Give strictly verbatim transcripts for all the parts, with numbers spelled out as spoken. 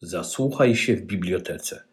Zasłuchaj się w bibliotece.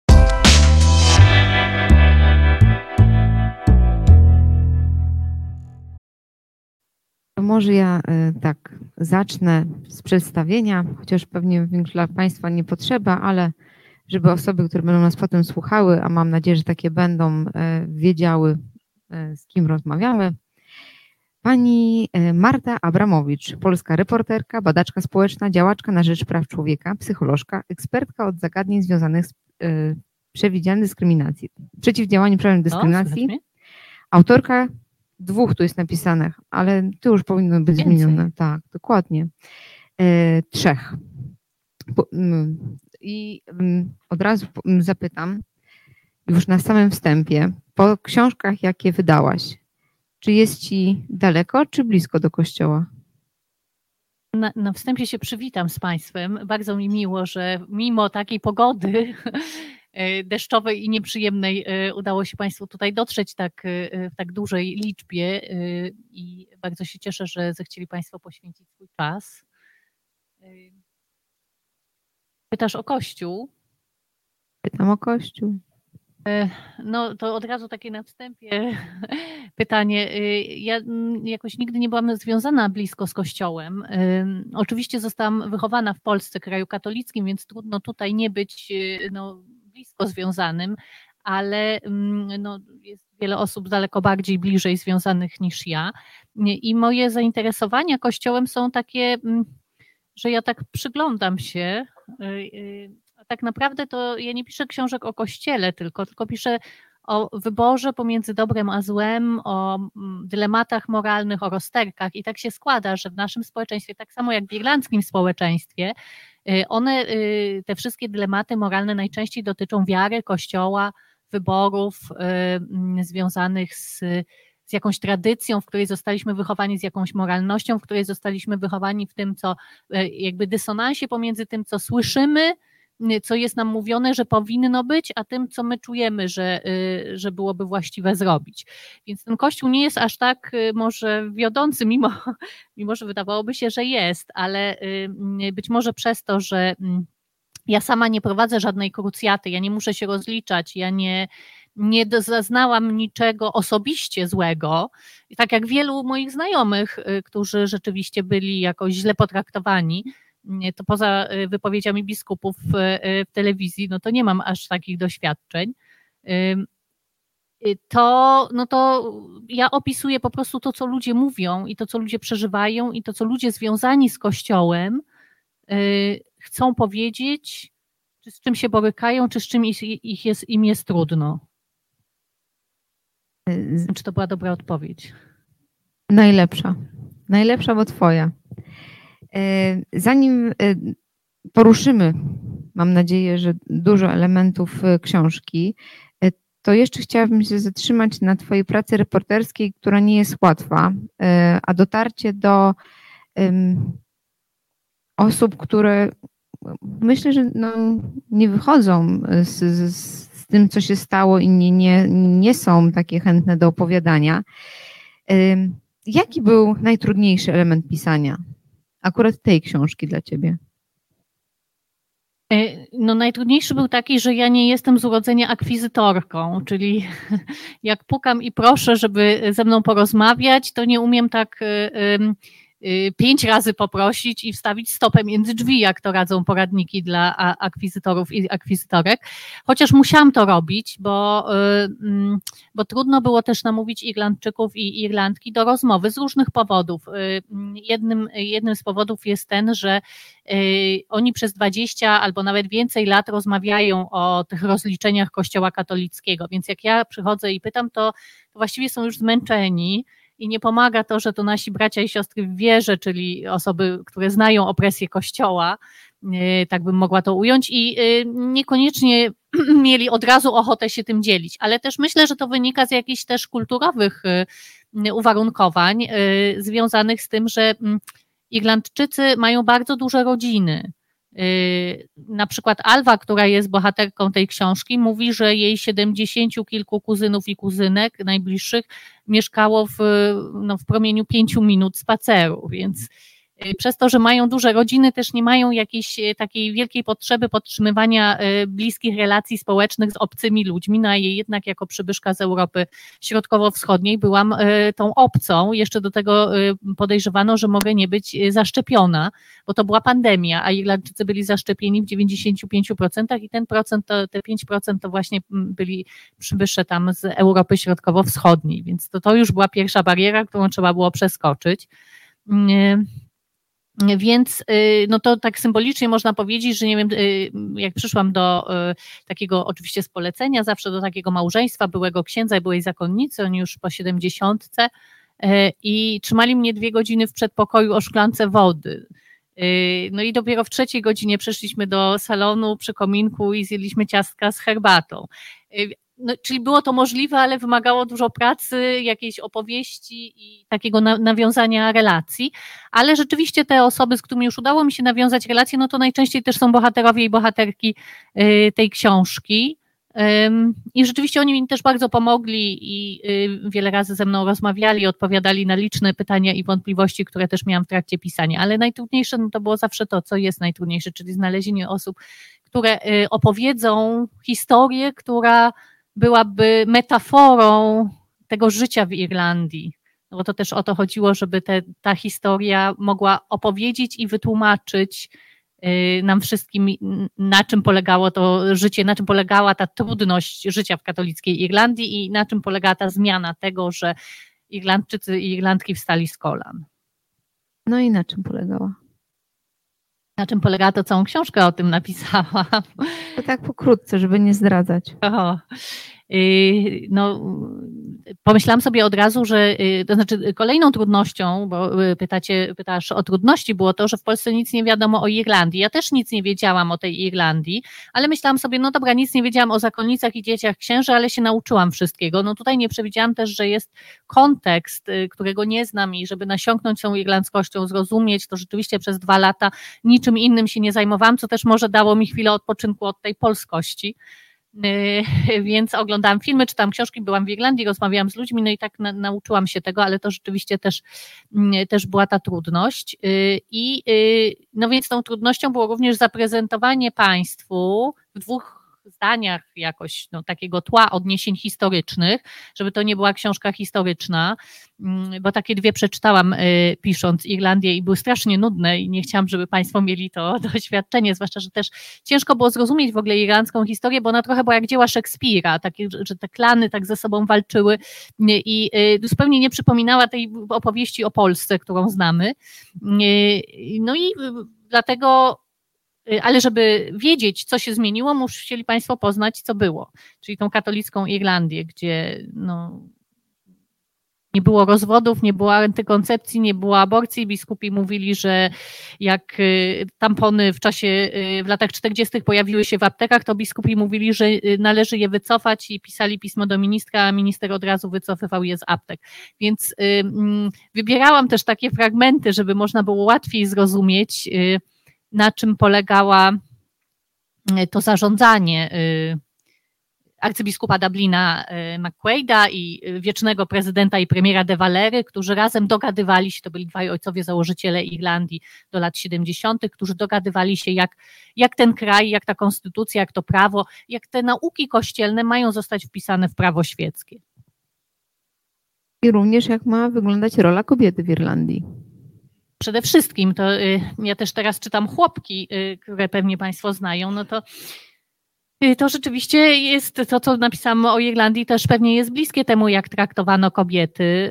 Może ja y, tak zacznę z przedstawienia, chociaż pewnie większość Państwa nie potrzeba, ale żeby osoby, które będą nas potem słuchały, a mam nadzieję, że takie będą, y, wiedziały, y, z kim rozmawiamy. Pani Marta Abramowicz, polska reporterka, badaczka społeczna, działaczka na rzecz praw człowieka, psycholożka, ekspertka od zagadnień związanych z y, przewidzianą dyskryminacji, przeciwdziałaniem problemom dyskryminacji, o, autorka dwóch tu jest napisanych, ale tu już powinno być Więcej. zmienione. Tak, dokładnie. E, trzech. Po, mm, I mm, od razu mm, zapytam, już na samym wstępie, po książkach, jakie wydałaś, czy jest ci daleko, czy blisko do kościoła? Na, na wstępie się przywitam z Państwem. Bardzo mi miło, że mimo takiej pogody deszczowej i nieprzyjemnej udało się Państwu tutaj dotrzeć tak, w tak dużej liczbie i bardzo się cieszę, że zechcieli Państwo poświęcić swój czas. Pytasz o Kościół? Pytam o Kościół. No to od razu takie na wstępie pytanie. Ja jakoś nigdy nie byłam związana blisko z Kościołem. Oczywiście zostałam wychowana w Polsce, kraju katolickim, więc trudno tutaj nie być no, blisko związanym, ale no, jest wiele osób daleko bardziej bliżej związanych niż ja. I moje zainteresowania Kościołem są takie, że ja tak przyglądam się. Tak naprawdę to ja nie piszę książek o Kościele tylko, tylko piszę o wyborze pomiędzy dobrem a złem, o dylematach moralnych, o rozterkach i tak się składa, że w naszym społeczeństwie, tak samo jak w irlandzkim społeczeństwie, one, te wszystkie dylematy moralne najczęściej dotyczą wiary, Kościoła, wyborów związanych z, z jakąś tradycją, w której zostaliśmy wychowani, z jakąś moralnością, w której zostaliśmy wychowani w tym, co jakby dysonansie pomiędzy tym, co słyszymy, co jest nam mówione, że powinno być, a tym, co my czujemy, że, że byłoby właściwe zrobić. Więc ten Kościół nie jest aż tak może wiodący, mimo, mimo że wydawałoby się, że jest, ale być może przez to, że ja sama nie prowadzę żadnej krucjaty, ja nie muszę się rozliczać, ja nie, nie zaznałam niczego osobiście złego, tak jak wielu moich znajomych, którzy rzeczywiście byli jakoś źle potraktowani, to poza wypowiedziami biskupów w telewizji, no to nie mam aż takich doświadczeń, to, no to ja opisuję po prostu to, co ludzie mówią i to, co ludzie przeżywają i to, co ludzie związani z Kościołem chcą powiedzieć, czy z czym się borykają, czy z czym ich jest, im jest trudno. Czy to była dobra odpowiedź? Najlepsza. Najlepsza, bo twoja. Zanim poruszymy, mam nadzieję, że dużo elementów książki, to jeszcze chciałabym się zatrzymać na twojej pracy reporterskiej, która nie jest łatwa, a dotarcie do osób, które myślę, że no nie wychodzą z, z, z tym, co się stało i nie, nie, nie są takie chętne do opowiadania. Jaki był najtrudniejszy element pisania akurat tej książki dla ciebie? No najtrudniejszy był taki, że ja nie jestem z urodzenia akwizytorką, czyli jak pukam i proszę, żeby ze mną porozmawiać, to nie umiem tak pięć razy poprosić i wstawić stopę między drzwi, jak to radzą poradniki dla akwizytorów i akwizytorek. Chociaż musiałam to robić, bo, bo trudno było też namówić Irlandczyków i Irlandki do rozmowy z różnych powodów. Jednym, jednym z powodów jest ten, że oni przez dwadzieścia albo nawet więcej lat rozmawiają o tych rozliczeniach Kościoła katolickiego, więc jak ja przychodzę i pytam, to, to właściwie są już zmęczeni. I nie pomaga to, że to nasi bracia i siostry w wierze, czyli osoby, które znają opresję Kościoła, tak bym mogła to ująć, i niekoniecznie mieli od razu ochotę się tym dzielić. Ale też myślę, że to wynika z jakichś też kulturowych uwarunkowań związanych z tym, że Irlandczycy mają bardzo duże rodziny. Na przykład Alwa, która jest bohaterką tej książki, mówi, że jej siedemdziesięciu kilku kuzynów i kuzynek najbliższych mieszkało w, no, w promieniu pięciu minut spaceru, więc Przez to, że mają duże rodziny, też nie mają jakiejś takiej wielkiej potrzeby podtrzymywania bliskich relacji społecznych z obcymi ludźmi, no a ja jednak jako przybyszka z Europy Środkowo-Wschodniej byłam tą obcą, jeszcze do tego podejrzewano, że mogę nie być zaszczepiona, bo to była pandemia, a Irlandczycy byli zaszczepieni w dziewięćdziesięciu pięciu procentach i ten procent, to, te pięć procent to właśnie byli przybysze tam z Europy Środkowo-Wschodniej, więc to, to już była pierwsza bariera, którą trzeba było przeskoczyć. Więc no to tak symbolicznie można powiedzieć, że nie wiem, jak przyszłam do takiego oczywiście z polecenia, zawsze do takiego małżeństwa byłego księdza i byłej zakonnicy, oni już po siedemdziesiątce i trzymali mnie dwie godziny w przedpokoju o szklance wody. No i dopiero w trzeciej godzinie przeszliśmy do salonu przy kominku i zjedliśmy ciastka z herbatą. No, czyli było to możliwe, ale wymagało dużo pracy, jakiejś opowieści i takiego na, nawiązania relacji, ale rzeczywiście te osoby, z którymi już udało mi się nawiązać relacje, no to najczęściej też są bohaterowie i bohaterki y, tej książki ym, i rzeczywiście oni mi też bardzo pomogli i y, wiele razy ze mną rozmawiali, odpowiadali na liczne pytania i wątpliwości, które też miałam w trakcie pisania, ale najtrudniejsze no to było zawsze to, co jest najtrudniejsze, czyli znalezienie osób, które y, opowiedzą historię, która byłaby metaforą tego życia w Irlandii, no bo to też o to chodziło, żeby te, ta historia mogła opowiedzieć i wytłumaczyć y, nam wszystkim, na czym polegało to życie, na czym polegała ta trudność życia w katolickiej Irlandii i na czym polegała ta zmiana tego, że Irlandczycy i Irlandki wstali z kolan. No i na czym polegała? Na czym polegała, to całą książkę o tym napisałam. To tak pokrótce, żeby nie zdradzać. O, no, pomyślałam sobie od razu, że to znaczy kolejną trudnością, bo pytacie, pytasz o trudności, było to, że w Polsce nic nie wiadomo o Irlandii. Ja też nic nie wiedziałam o tej Irlandii, ale myślałam sobie, no dobra, nic nie wiedziałam o zakonnicach i dzieciach księży, ale się nauczyłam wszystkiego. No tutaj nie przewidziałam też, że jest kontekst, którego nie znam i żeby nasiąknąć tą irlandzkością, zrozumieć, to rzeczywiście przez dwa lata niczym innym się nie zajmowałam, co też może dało mi chwilę odpoczynku od tej polskości. Więc oglądałam filmy, czytałam książki, byłam w Irlandii, rozmawiałam z ludźmi, no i tak na, nauczyłam się tego, ale to rzeczywiście też, też była ta trudność. I no więc tą trudnością było również zaprezentowanie państwu w dwóch zdaniach jakoś no, takiego tła odniesień historycznych, żeby to nie była książka historyczna, bo takie dwie przeczytałam pisząc Irlandię i były strasznie nudne i nie chciałam, żeby Państwo mieli to doświadczenie, zwłaszcza, że też ciężko było zrozumieć w ogóle irlandzką historię, bo ona trochę była jak dzieła Szekspira, takie, że te klany tak ze sobą walczyły i zupełnie nie przypominała tej opowieści o Polsce, którą znamy. No i dlatego ale żeby wiedzieć, co się zmieniło, musieli Państwo poznać, co było. Czyli tą katolicką Irlandię, gdzie no, nie było rozwodów, nie było antykoncepcji, nie było aborcji. Biskupi mówili, że jak tampony w czasie, w latach czterdziestych pojawiły się w aptekach, to biskupi mówili, że należy je wycofać i pisali pismo do ministra, a minister od razu wycofywał je z aptek. Więc wybierałam też takie fragmenty, żeby można było łatwiej zrozumieć, na czym polegała to zarządzanie arcybiskupa Dublina McQuaida i wiecznego prezydenta i premiera de Valery, którzy razem dogadywali się, to byli dwaj ojcowie założyciele Irlandii do lat siedemdziesiątych, którzy dogadywali się, jak, jak ten kraj, jak ta konstytucja, jak to prawo, jak te nauki kościelne mają zostać wpisane w prawo świeckie. I również jak ma wyglądać rola kobiety w Irlandii. Przede wszystkim, to ja też teraz czytam Chłopki, które pewnie Państwo znają, no to to rzeczywiście jest to, co napisałam o Irlandii, też pewnie jest bliskie temu, jak traktowano kobiety.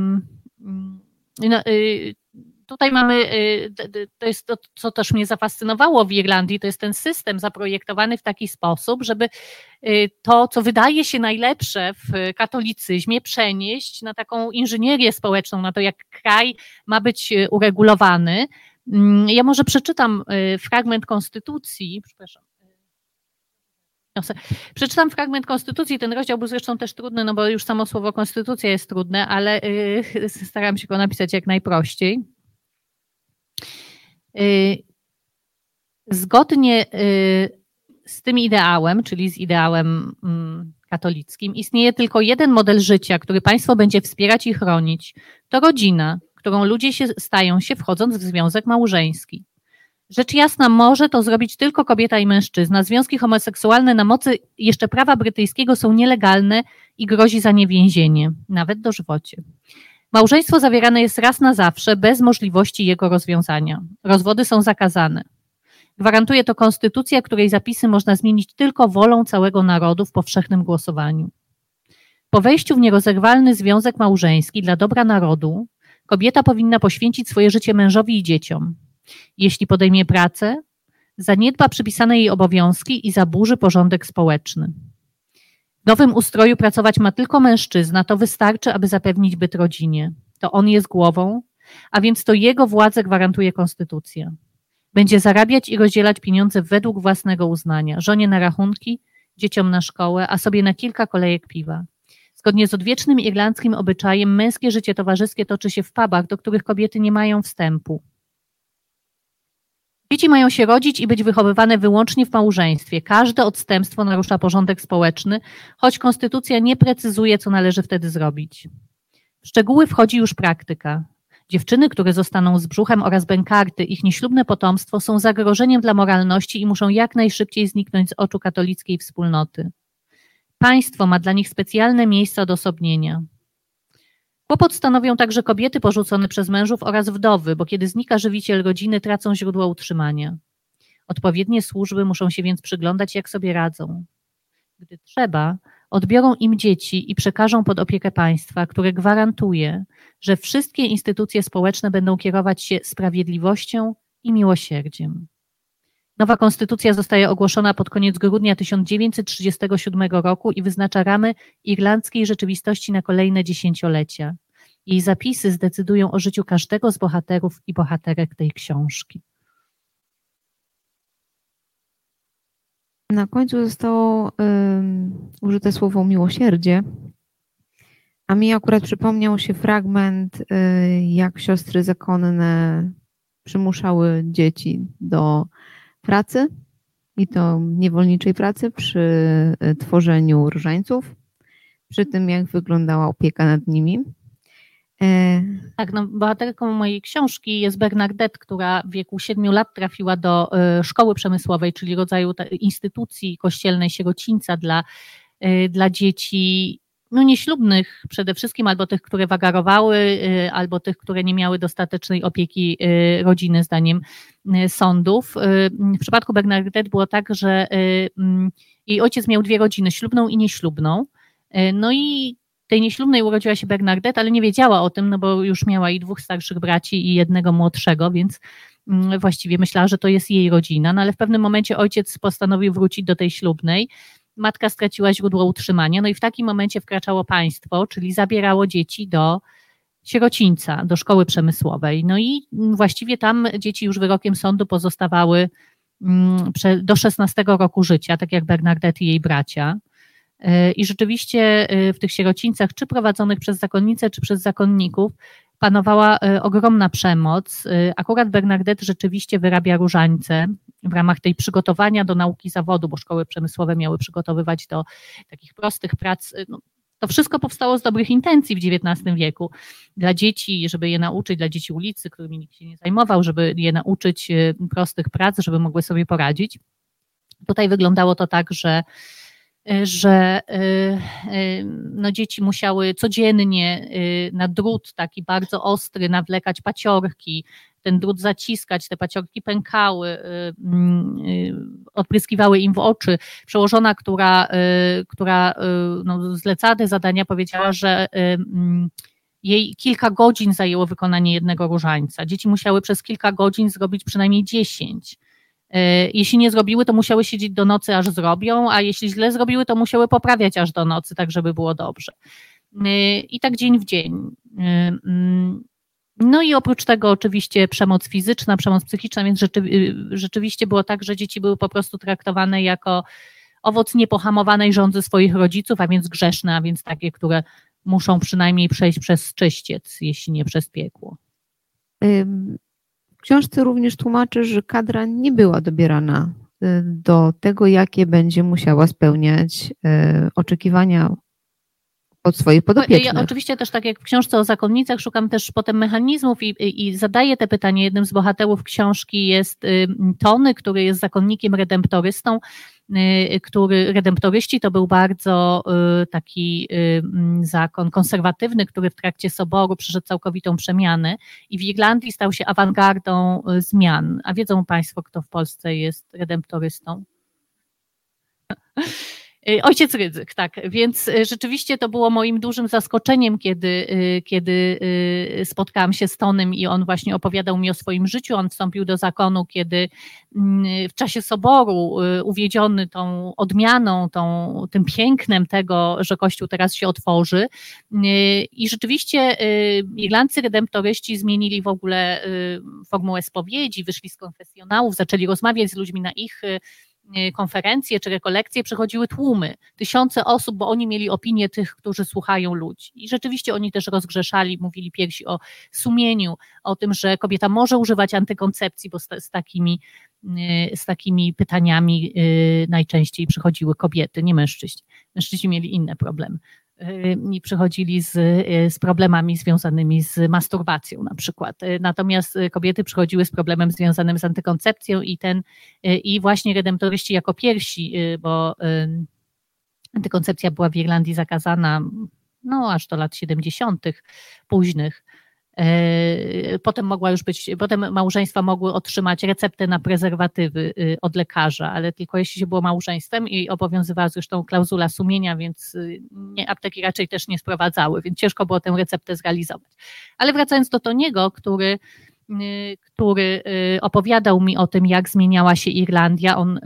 No, tutaj mamy, to jest to, co też mnie zafascynowało w Irlandii, to jest ten system zaprojektowany w taki sposób, żeby to, co wydaje się najlepsze w katolicyzmie, przenieść na taką inżynierię społeczną, na to, jak kraj ma być uregulowany. Ja może przeczytam fragment konstytucji, przepraszam. Przeczytam fragment konstytucji, ten rozdział był zresztą też trudny, no bo już samo słowo konstytucja jest trudne, ale staram się go napisać jak najprościej. Zgodnie z tym ideałem, czyli z ideałem katolickim, istnieje tylko jeden model życia, który państwo będzie wspierać i chronić. To rodzina, którą ludzie się, stają się wchodząc w związek małżeński. Rzecz jasna, może to zrobić tylko kobieta i mężczyzna. Związki homoseksualne na mocy jeszcze prawa brytyjskiego są nielegalne i grozi za nie więzienie, nawet dożywocie. Małżeństwo zawierane jest raz na zawsze, bez możliwości jego rozwiązania. Rozwody są zakazane. Gwarantuje to konstytucja, której zapisy można zmienić tylko wolą całego narodu w powszechnym głosowaniu. Po wejściu w nierozerwalny związek małżeński dla dobra narodu, kobieta powinna poświęcić swoje życie mężowi i dzieciom. Jeśli podejmie pracę, zaniedba przypisane jej obowiązki i zaburzy porządek społeczny. W nowym ustroju pracować ma tylko mężczyzna, to wystarczy, aby zapewnić byt rodzinie. To on jest głową, a więc to jego władzę gwarantuje konstytucja. Będzie zarabiać i rozdzielać pieniądze według własnego uznania. Żonie na rachunki, dzieciom na szkołę, a sobie na kilka kolejek piwa. Zgodnie z odwiecznym irlandzkim obyczajem męskie życie towarzyskie toczy się w pubach, do których kobiety nie mają wstępu. Dzieci mają się rodzić i być wychowywane wyłącznie w małżeństwie. Każde odstępstwo narusza porządek społeczny, choć konstytucja nie precyzuje, co należy wtedy zrobić. W szczegóły wchodzi już praktyka. Dziewczyny, które zostaną z brzuchem oraz bękarty, ich nieślubne potomstwo są zagrożeniem dla moralności i muszą jak najszybciej zniknąć z oczu katolickiej wspólnoty. Państwo ma dla nich specjalne miejsca odosobnienia. Kłopot stanowią także kobiety porzucone przez mężów oraz wdowy, bo kiedy znika żywiciel rodziny, tracą źródło utrzymania. Odpowiednie służby muszą się więc przyglądać, jak sobie radzą. Gdy trzeba, odbiorą im dzieci i przekażą pod opiekę państwa, które gwarantuje, że wszystkie instytucje społeczne będą kierować się sprawiedliwością i miłosierdziem. Nowa konstytucja zostaje ogłoszona pod koniec grudnia tysiąc dziewięćset trzydziestego siódmego roku i wyznacza ramy irlandzkiej rzeczywistości na kolejne dziesięciolecia. Jej zapisy zdecydują o życiu każdego z bohaterów i bohaterek tej książki. Na końcu zostało um, użyte słowo miłosierdzie, a mi akurat przypomniał się fragment, y, jak siostry zakonne przymuszały dzieci do pracy, i to niewolniczej pracy, przy tworzeniu różańców, przy tym jak wyglądała opieka nad nimi. E... Tak, no, bohaterką mojej książki jest Bernadette, która w wieku siedmiu lat trafiła do y, szkoły przemysłowej, czyli rodzaju te, instytucji kościelnej, sierocińca dla, y, dla dzieci no, nieślubnych przede wszystkim, albo tych, które wagarowały, y, albo tych, które nie miały dostatecznej opieki y, rodziny, zdaniem y, sądów. Y, w przypadku Bernadette było tak, że y, y, jej ojciec miał dwie rodziny, ślubną i nieślubną. Y, no i tej nieślubnej urodziła się Bernadette, ale nie wiedziała o tym, no bo już miała i dwóch starszych braci i jednego młodszego, więc y, właściwie myślała, że to jest jej rodzina, no ale w pewnym momencie ojciec postanowił wrócić do tej ślubnej. Matka straciła źródło utrzymania, no i w takim momencie wkraczało państwo, czyli zabierało dzieci do sierocińca, do szkoły przemysłowej. No i właściwie tam dzieci już wyrokiem sądu pozostawały do szesnastego roku życia, tak jak Bernadette i jej bracia. I rzeczywiście w tych sierocińcach, czy prowadzonych przez zakonnice, czy przez zakonników, panowała ogromna przemoc. Akurat Bernadette rzeczywiście wyrabia różańce w ramach tej przygotowania do nauki zawodu, bo szkoły przemysłowe miały przygotowywać do takich prostych prac. No, to wszystko powstało z dobrych intencji w dziewiętnastym wieku. Dla dzieci, żeby je nauczyć, dla dzieci ulicy, którymi nikt się nie zajmował, żeby je nauczyć prostych prac, żeby mogły sobie poradzić. Tutaj wyglądało to tak, że że no, dzieci musiały codziennie na drut taki bardzo ostry nawlekać paciorki, ten drut zaciskać, te paciorki pękały, odpryskiwały im w oczy. Przełożona, która, która no, zlecała te zadania, powiedziała, że jej kilka godzin zajęło wykonanie jednego różańca. Dzieci musiały przez kilka godzin zrobić przynajmniej dziesięć. Jeśli nie zrobiły, to musiały siedzieć do nocy, aż zrobią, a jeśli źle zrobiły, to musiały poprawiać aż do nocy, tak żeby było dobrze. I tak dzień w dzień. No i oprócz tego oczywiście przemoc fizyczna, przemoc psychiczna, więc rzeczywiście było tak, że dzieci były po prostu traktowane jako owoc niepohamowanej rządzy swoich rodziców, a więc grzeszne, a więc takie, które muszą przynajmniej przejść przez czyściec, jeśli nie przez piekło. W książce również tłumaczy, że kadra nie była dobierana do tego, jakie będzie musiała spełniać oczekiwania pod swoje podopieczne. Ja oczywiście też tak jak w książce o zakonnicach szukam też potem mechanizmów i, i, i zadaję te pytanie. Jednym z bohaterów książki jest y, Tony, który jest zakonnikiem redemptorystą, y, który redemptoryści to był bardzo y, taki y, zakon konserwatywny, który w trakcie Soboru przeszedł całkowitą przemianę i w Irlandii stał się awangardą y, zmian. A wiedzą Państwo, kto w Polsce jest redemptorystą? Ojciec Rydzyk, tak, więc rzeczywiście to było moim dużym zaskoczeniem, kiedy, kiedy spotkałam się z Tonym i on właśnie opowiadał mi o swoim życiu. On wstąpił do zakonu, kiedy w czasie Soboru, uwiedziony tą odmianą, tą, tym pięknem tego, że Kościół teraz się otworzy. I rzeczywiście irlandzcy redemptoryści zmienili w ogóle formułę spowiedzi, wyszli z konfesjonałów, zaczęli rozmawiać z ludźmi na ich konferencje czy rekolekcje, przychodziły tłumy, tysiące osób, bo oni mieli opinię tych, którzy słuchają ludzi. I rzeczywiście oni też rozgrzeszali, mówili piersi o sumieniu, o tym, że kobieta może używać antykoncepcji, bo z, z, takimi, z takimi pytaniami najczęściej przychodziły kobiety, nie mężczyźni. Mężczyźni mieli inne problemy. I przychodzili z, z problemami związanymi z masturbacją na przykład. Natomiast kobiety przychodziły z problemem związanym z antykoncepcją i ten i właśnie redemptoryści jako pierwsi, bo antykoncepcja była w Irlandii zakazana no aż do lat siedemdziesiątych późnych. Potem mogła już być, potem małżeństwa mogły otrzymać receptę na prezerwatywy od lekarza, ale tylko jeśli się było małżeństwem i obowiązywała zresztą klauzula sumienia, więc nie, apteki raczej też nie sprowadzały, więc ciężko było tę receptę zrealizować. Ale wracając do Toniego, który, który opowiadał mi o tym, jak zmieniała się Irlandia, on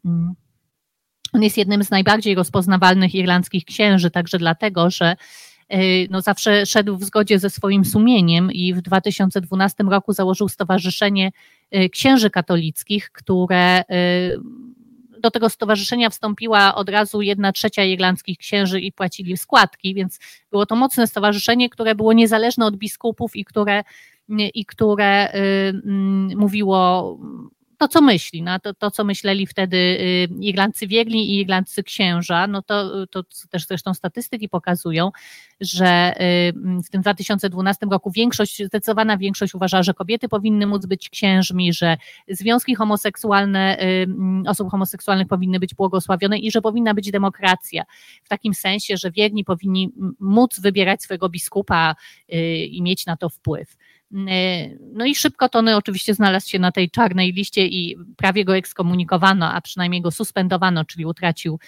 on jest jednym z najbardziej rozpoznawalnych irlandzkich księży, także dlatego, że no zawsze szedł w zgodzie ze swoim sumieniem i w dwa tysiące dwunastym roku założył Stowarzyszenie Księży Katolickich, które do tego stowarzyszenia wstąpiła od razu jedna trzecia irlandzkich księży i płacili składki, więc było to mocne stowarzyszenie, które było niezależne od biskupów i które, i które mówiło to, co myśli, no, to, to, co myśleli wtedy Irlandcy wierni i Irlandcy księża, no to, to też zresztą statystyki pokazują, że w tym dwa tysiące dwunastym roku większość, zdecydowana większość uważa, że kobiety powinny móc być księżmi, że związki homoseksualne osób homoseksualnych powinny być błogosławione i że powinna być demokracja. W takim sensie, że wierni powinni móc wybierać swojego biskupa i mieć na to wpływ. No i szybko Tony oczywiście znalazł się na tej czarnej liście i prawie go ekskomunikowano, a przynajmniej go suspendowano, czyli utracił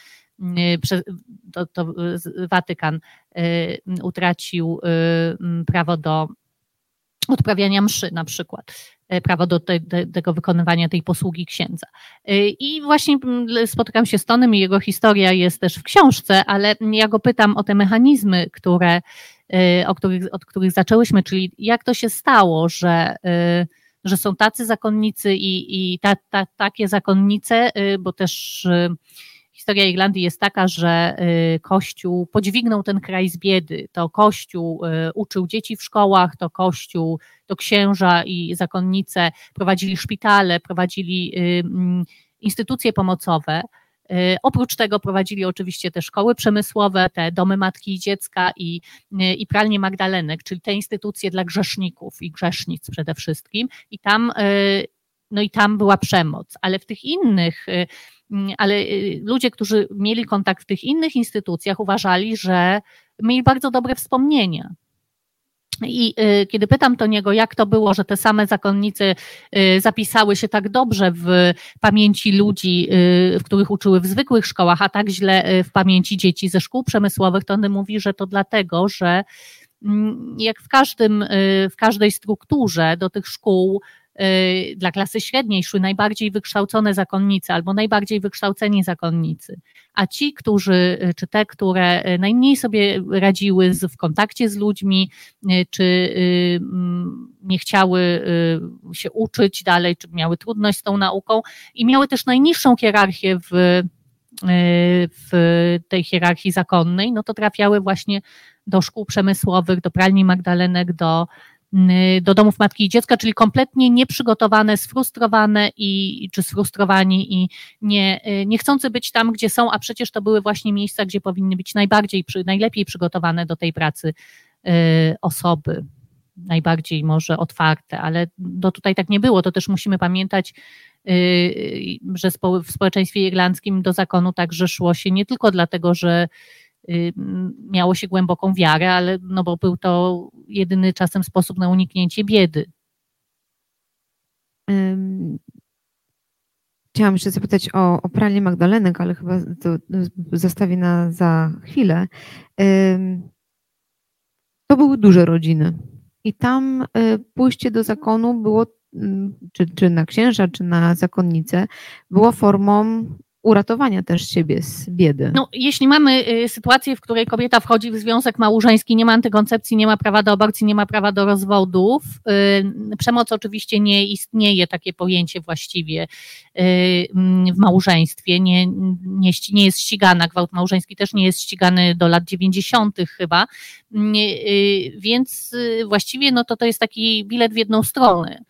to, to Watykan utracił prawo do odprawiania mszy na przykład, prawo do te, de, tego wykonywania tej posługi księdza. I właśnie spotykam się z Tonym i jego historia jest też w książce, ale ja go pytam o te mechanizmy, które, o których, od których zaczęłyśmy, czyli jak to się stało, że, że są tacy zakonnicy i, i ta, ta, takie zakonnice, bo też historia Irlandii jest taka, że Kościół podźwignął ten kraj z biedy. To Kościół uczył dzieci w szkołach, to Kościół, to księża i zakonnice prowadzili szpitale, prowadzili instytucje pomocowe. Oprócz tego prowadzili oczywiście te szkoły przemysłowe, te domy matki i dziecka i, i pralnie Magdalenek, czyli te instytucje dla grzeszników i grzesznic przede wszystkim. I tam, no i tam była przemoc, ale w tych innych ale ludzie, którzy mieli kontakt w tych innych instytucjach, uważali, że mieli bardzo dobre wspomnienia. I kiedy pytam Toniego, jak to było, że te same zakonnice zapisały się tak dobrze w pamięci ludzi, w których uczyły w zwykłych szkołach, a tak źle w pamięci dzieci ze szkół przemysłowych, to on mówi, że to dlatego, że jak w każdym, w każdej strukturze do tych szkół dla klasy średniej szły najbardziej wykształcone zakonnice albo najbardziej wykształceni zakonnicy, a ci, którzy, czy te, które najmniej sobie radziły z, w kontakcie z ludźmi, czy nie chciały się uczyć dalej, czy miały trudność z tą nauką i miały też najniższą hierarchię w, w tej hierarchii zakonnej, no to trafiały właśnie do szkół przemysłowych, do pralni Magdalenek, do do domów matki i dziecka, czyli kompletnie nieprzygotowane, sfrustrowane i, czy sfrustrowani i nie, nie chcący być tam, gdzie są, a przecież to były właśnie miejsca, gdzie powinny być najbardziej, najlepiej przygotowane do tej pracy osoby, najbardziej może otwarte, ale to tutaj tak nie było, to też musimy pamiętać, że w społeczeństwie irlandzkim do zakonu także szło się nie tylko dlatego, że miało się głęboką wiarę, ale no bo był to jedyny czasem sposób na uniknięcie biedy. Um, chciałam jeszcze zapytać o, o pralnię Magdalenek, ale chyba to zostawię na za chwilę. Um, to były duże rodziny i tam pójście do zakonu było, czy, czy na księża, czy na zakonnicę, było formą uratowania też siebie z biedy. No, jeśli mamy sytuację, w której kobieta wchodzi w związek małżeński, nie ma antykoncepcji, nie ma prawa do aborcji, nie ma prawa do rozwodów, przemoc oczywiście nie istnieje, takie pojęcie właściwie w małżeństwie, nie, nie, nie jest ścigana, gwałt małżeński też nie jest ścigany do lat dziewięćdziesiątych chyba, więc właściwie no to, to jest taki bilet w jedną stronę.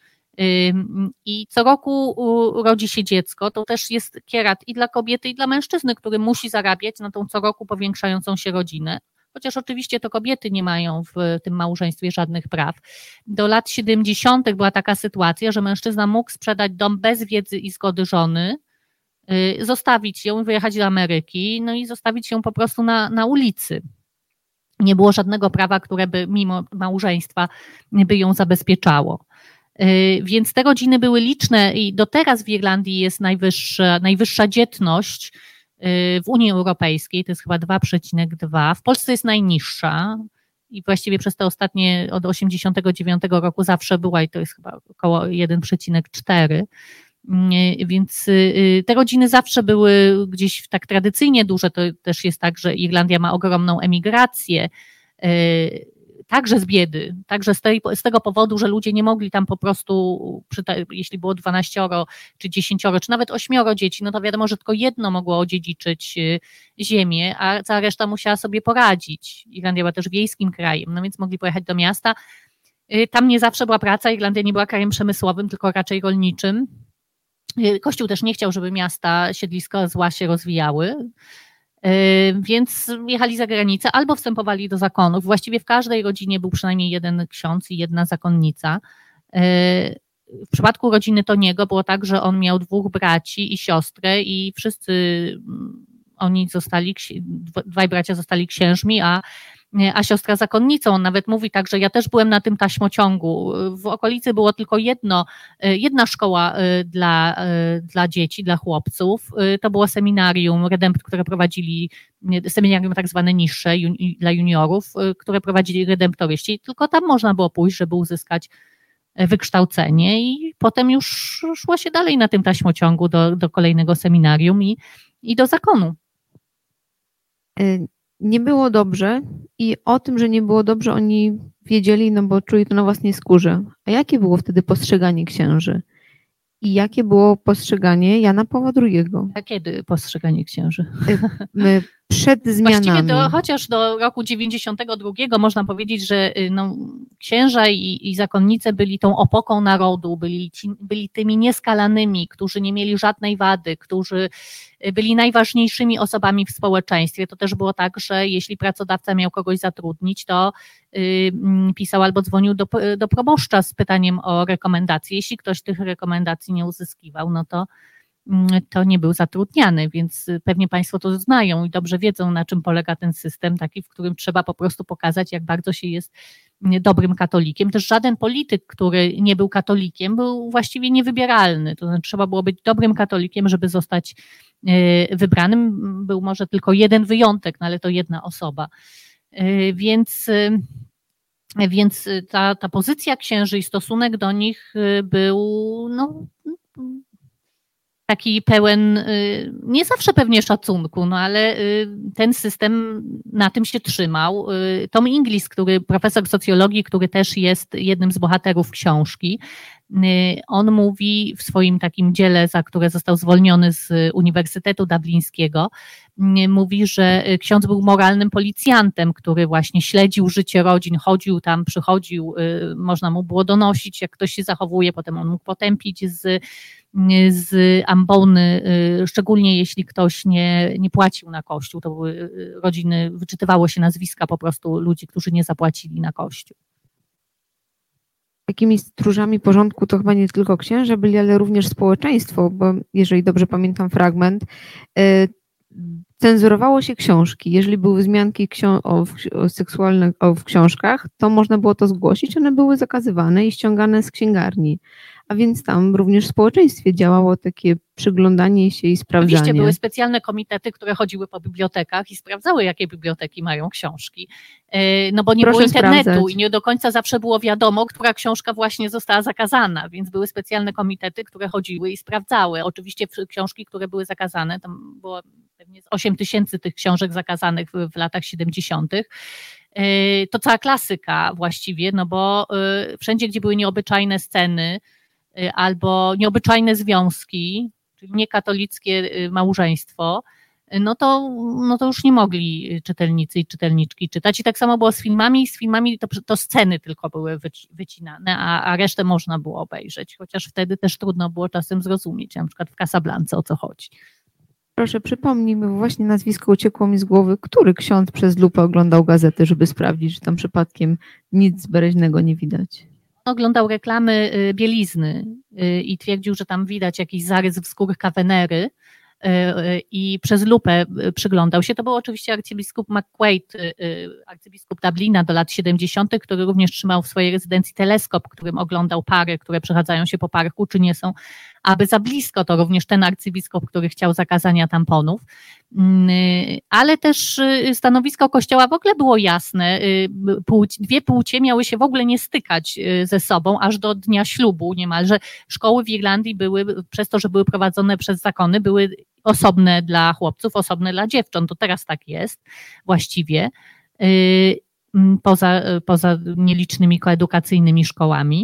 I co roku rodzi się dziecko, to też jest kierat i dla kobiety, i dla mężczyzny, który musi zarabiać na tą co roku powiększającą się rodzinę. Chociaż oczywiście to kobiety nie mają w tym małżeństwie żadnych praw. Do lat siedemdziesiątych była taka sytuacja, że mężczyzna mógł sprzedać dom bez wiedzy i zgody żony, zostawić ją, wyjechać do Ameryki, no i zostawić ją po prostu na, na ulicy. Nie było żadnego prawa, które by mimo małżeństwa by ją zabezpieczało. Więc te rodziny były liczne i do teraz w Irlandii jest najwyższa, najwyższa dzietność w Unii Europejskiej, to jest chyba dwa przecinek dwa, w Polsce jest najniższa i właściwie przez te ostatnie, od osiemdziesiątego dziewiątego roku zawsze była i to jest chyba około jeden przecinek cztery, więc te rodziny zawsze były gdzieś tak tradycyjnie duże, to też jest tak, że Irlandia ma ogromną emigrację, także z biedy, także z, tej, z tego powodu, że ludzie nie mogli tam po prostu, jeśli było dwanaścioro, czy dziesięcioro, czy nawet ośmioro dzieci, no to wiadomo, że tylko jedno mogło odziedziczyć ziemię, a cała reszta musiała sobie poradzić. Irlandia była też wiejskim krajem, no więc mogli pojechać do miasta. Tam nie zawsze była praca, Irlandia nie była krajem przemysłowym, tylko raczej rolniczym. Kościół też nie chciał, żeby miasta, siedliska zła się rozwijały, więc jechali za granicę albo wstępowali do zakonów. Właściwie w każdej rodzinie był przynajmniej jeden ksiądz i jedna zakonnica. W przypadku rodziny Toniego było tak, że on miał dwóch braci i siostrę i wszyscy oni zostali, dwaj bracia zostali księżmi, a a siostra zakonnicą. On nawet mówi tak, że ja też byłem na tym taśmociągu. W okolicy było tylko jedno, jedna szkoła dla, dla dzieci, dla chłopców. To było seminarium, redempt, które prowadzili, seminarium tak zwane niższe dla juniorów, które prowadzili redemptoryści. Tylko tam można było pójść, żeby uzyskać wykształcenie i potem już szło się dalej na tym taśmociągu do, do kolejnego seminarium i, i do zakonu. Nie było dobrze i o tym, że nie było dobrze, oni wiedzieli, no bo czuli to na własnej skórze. A jakie było wtedy postrzeganie księży? I jakie było postrzeganie Jana Pawła drugiego? A kiedy postrzeganie księży? Przed zmianami. Właściwie do, chociaż do roku dziewięćdziesiątego drugiego można powiedzieć, że no, księża i, i zakonnice byli tą opoką narodu, byli, ci, byli tymi nieskalanymi, którzy nie mieli żadnej wady, którzy byli najważniejszymi osobami w społeczeństwie. To też było tak, że jeśli pracodawca miał kogoś zatrudnić, to y, pisał albo dzwonił do, do proboszcza z pytaniem o rekomendacje. Jeśli ktoś tych rekomendacji nie uzyskiwał, no to to nie był zatrudniany, więc pewnie Państwo to znają i dobrze wiedzą, na czym polega ten system, taki, w którym trzeba po prostu pokazać, jak bardzo się jest dobrym katolikiem. Też żaden polityk, który nie był katolikiem, był właściwie niewybieralny. To znaczy trzeba było być dobrym katolikiem, żeby zostać wybranym. Był może tylko jeden wyjątek, no ale to jedna osoba. Więc, więc ta, ta pozycja księży i stosunek do nich był no, taki pełen, nie zawsze pewnie szacunku, no ale ten system na tym się trzymał. Tom Inglis, który profesor socjologii, który też jest jednym z bohaterów książki, On mówi w swoim takim dziele, za które został zwolniony z Uniwersytetu Dublińskiego, mówi, że ksiądz był moralnym policjantem, który właśnie śledził życie rodzin, chodził tam, przychodził, można mu było donosić, jak ktoś się zachowuje, potem on mógł potępić z, z ambony, szczególnie jeśli ktoś nie, nie płacił na kościół, to były rodziny, wyczytywało się nazwiska po prostu ludzi, którzy nie zapłacili na kościół. Takimi stróżami porządku to chyba nie tylko księża byli, ale również społeczeństwo, bo jeżeli dobrze pamiętam fragment, cenzurowało się książki. Jeżeli były wzmianki o, o seksualne o, w książkach, to można było to zgłosić, one były zakazywane i ściągane z księgarni. A więc tam również w społeczeństwie działało takie przyglądanie się i sprawdzanie. Oczywiście były specjalne komitety, które chodziły po bibliotekach i sprawdzały, jakie biblioteki mają książki. No bo nie Proszę było internetu sprawdzać. I nie do końca zawsze było wiadomo, która książka właśnie została zakazana, więc były specjalne komitety, które chodziły i sprawdzały. Oczywiście książki, które były zakazane, tam było pewnie osiem tysięcy tych książek zakazanych w, w latach siedemdziesiątych. To cała klasyka właściwie, no bo wszędzie, gdzie były nieobyczajne sceny, albo nieobyczajne związki, czyli niekatolickie małżeństwo, no to, no to już nie mogli czytelnicy i czytelniczki czytać. I tak samo było z filmami. Z filmami to, to sceny tylko były wycinane, a, a resztę można było obejrzeć, chociaż wtedy też trudno było czasem zrozumieć, na przykład w Casablance, o co chodzi. Proszę, przypomnij mi, bo właśnie nazwisko uciekło mi z głowy, który ksiądz przez lupę oglądał gazety, żeby sprawdzić, czy tam przypadkiem nic bereźnego nie widać. Oglądał reklamy bielizny i twierdził, że tam widać jakiś zarys w skórkach Wenery i przez lupę przyglądał się. To był oczywiście arcybiskup McQuaid, arcybiskup Dublina do lat siedemdziesiątych, który również trzymał w swojej rezydencji teleskop, którym oglądał pary, które przechadzają się po parku, czy nie są aby za blisko. To również ten arcybiskup, który chciał zakazania tamponów. Ale też stanowisko Kościoła w ogóle było jasne. Dwie płcie miały się w ogóle nie stykać ze sobą aż do dnia ślubu niemalże. Szkoły w Irlandii były, przez to, że były prowadzone przez zakony, były osobne dla chłopców, osobne dla dziewcząt. To teraz tak jest właściwie, poza, poza nielicznymi koedukacyjnymi szkołami.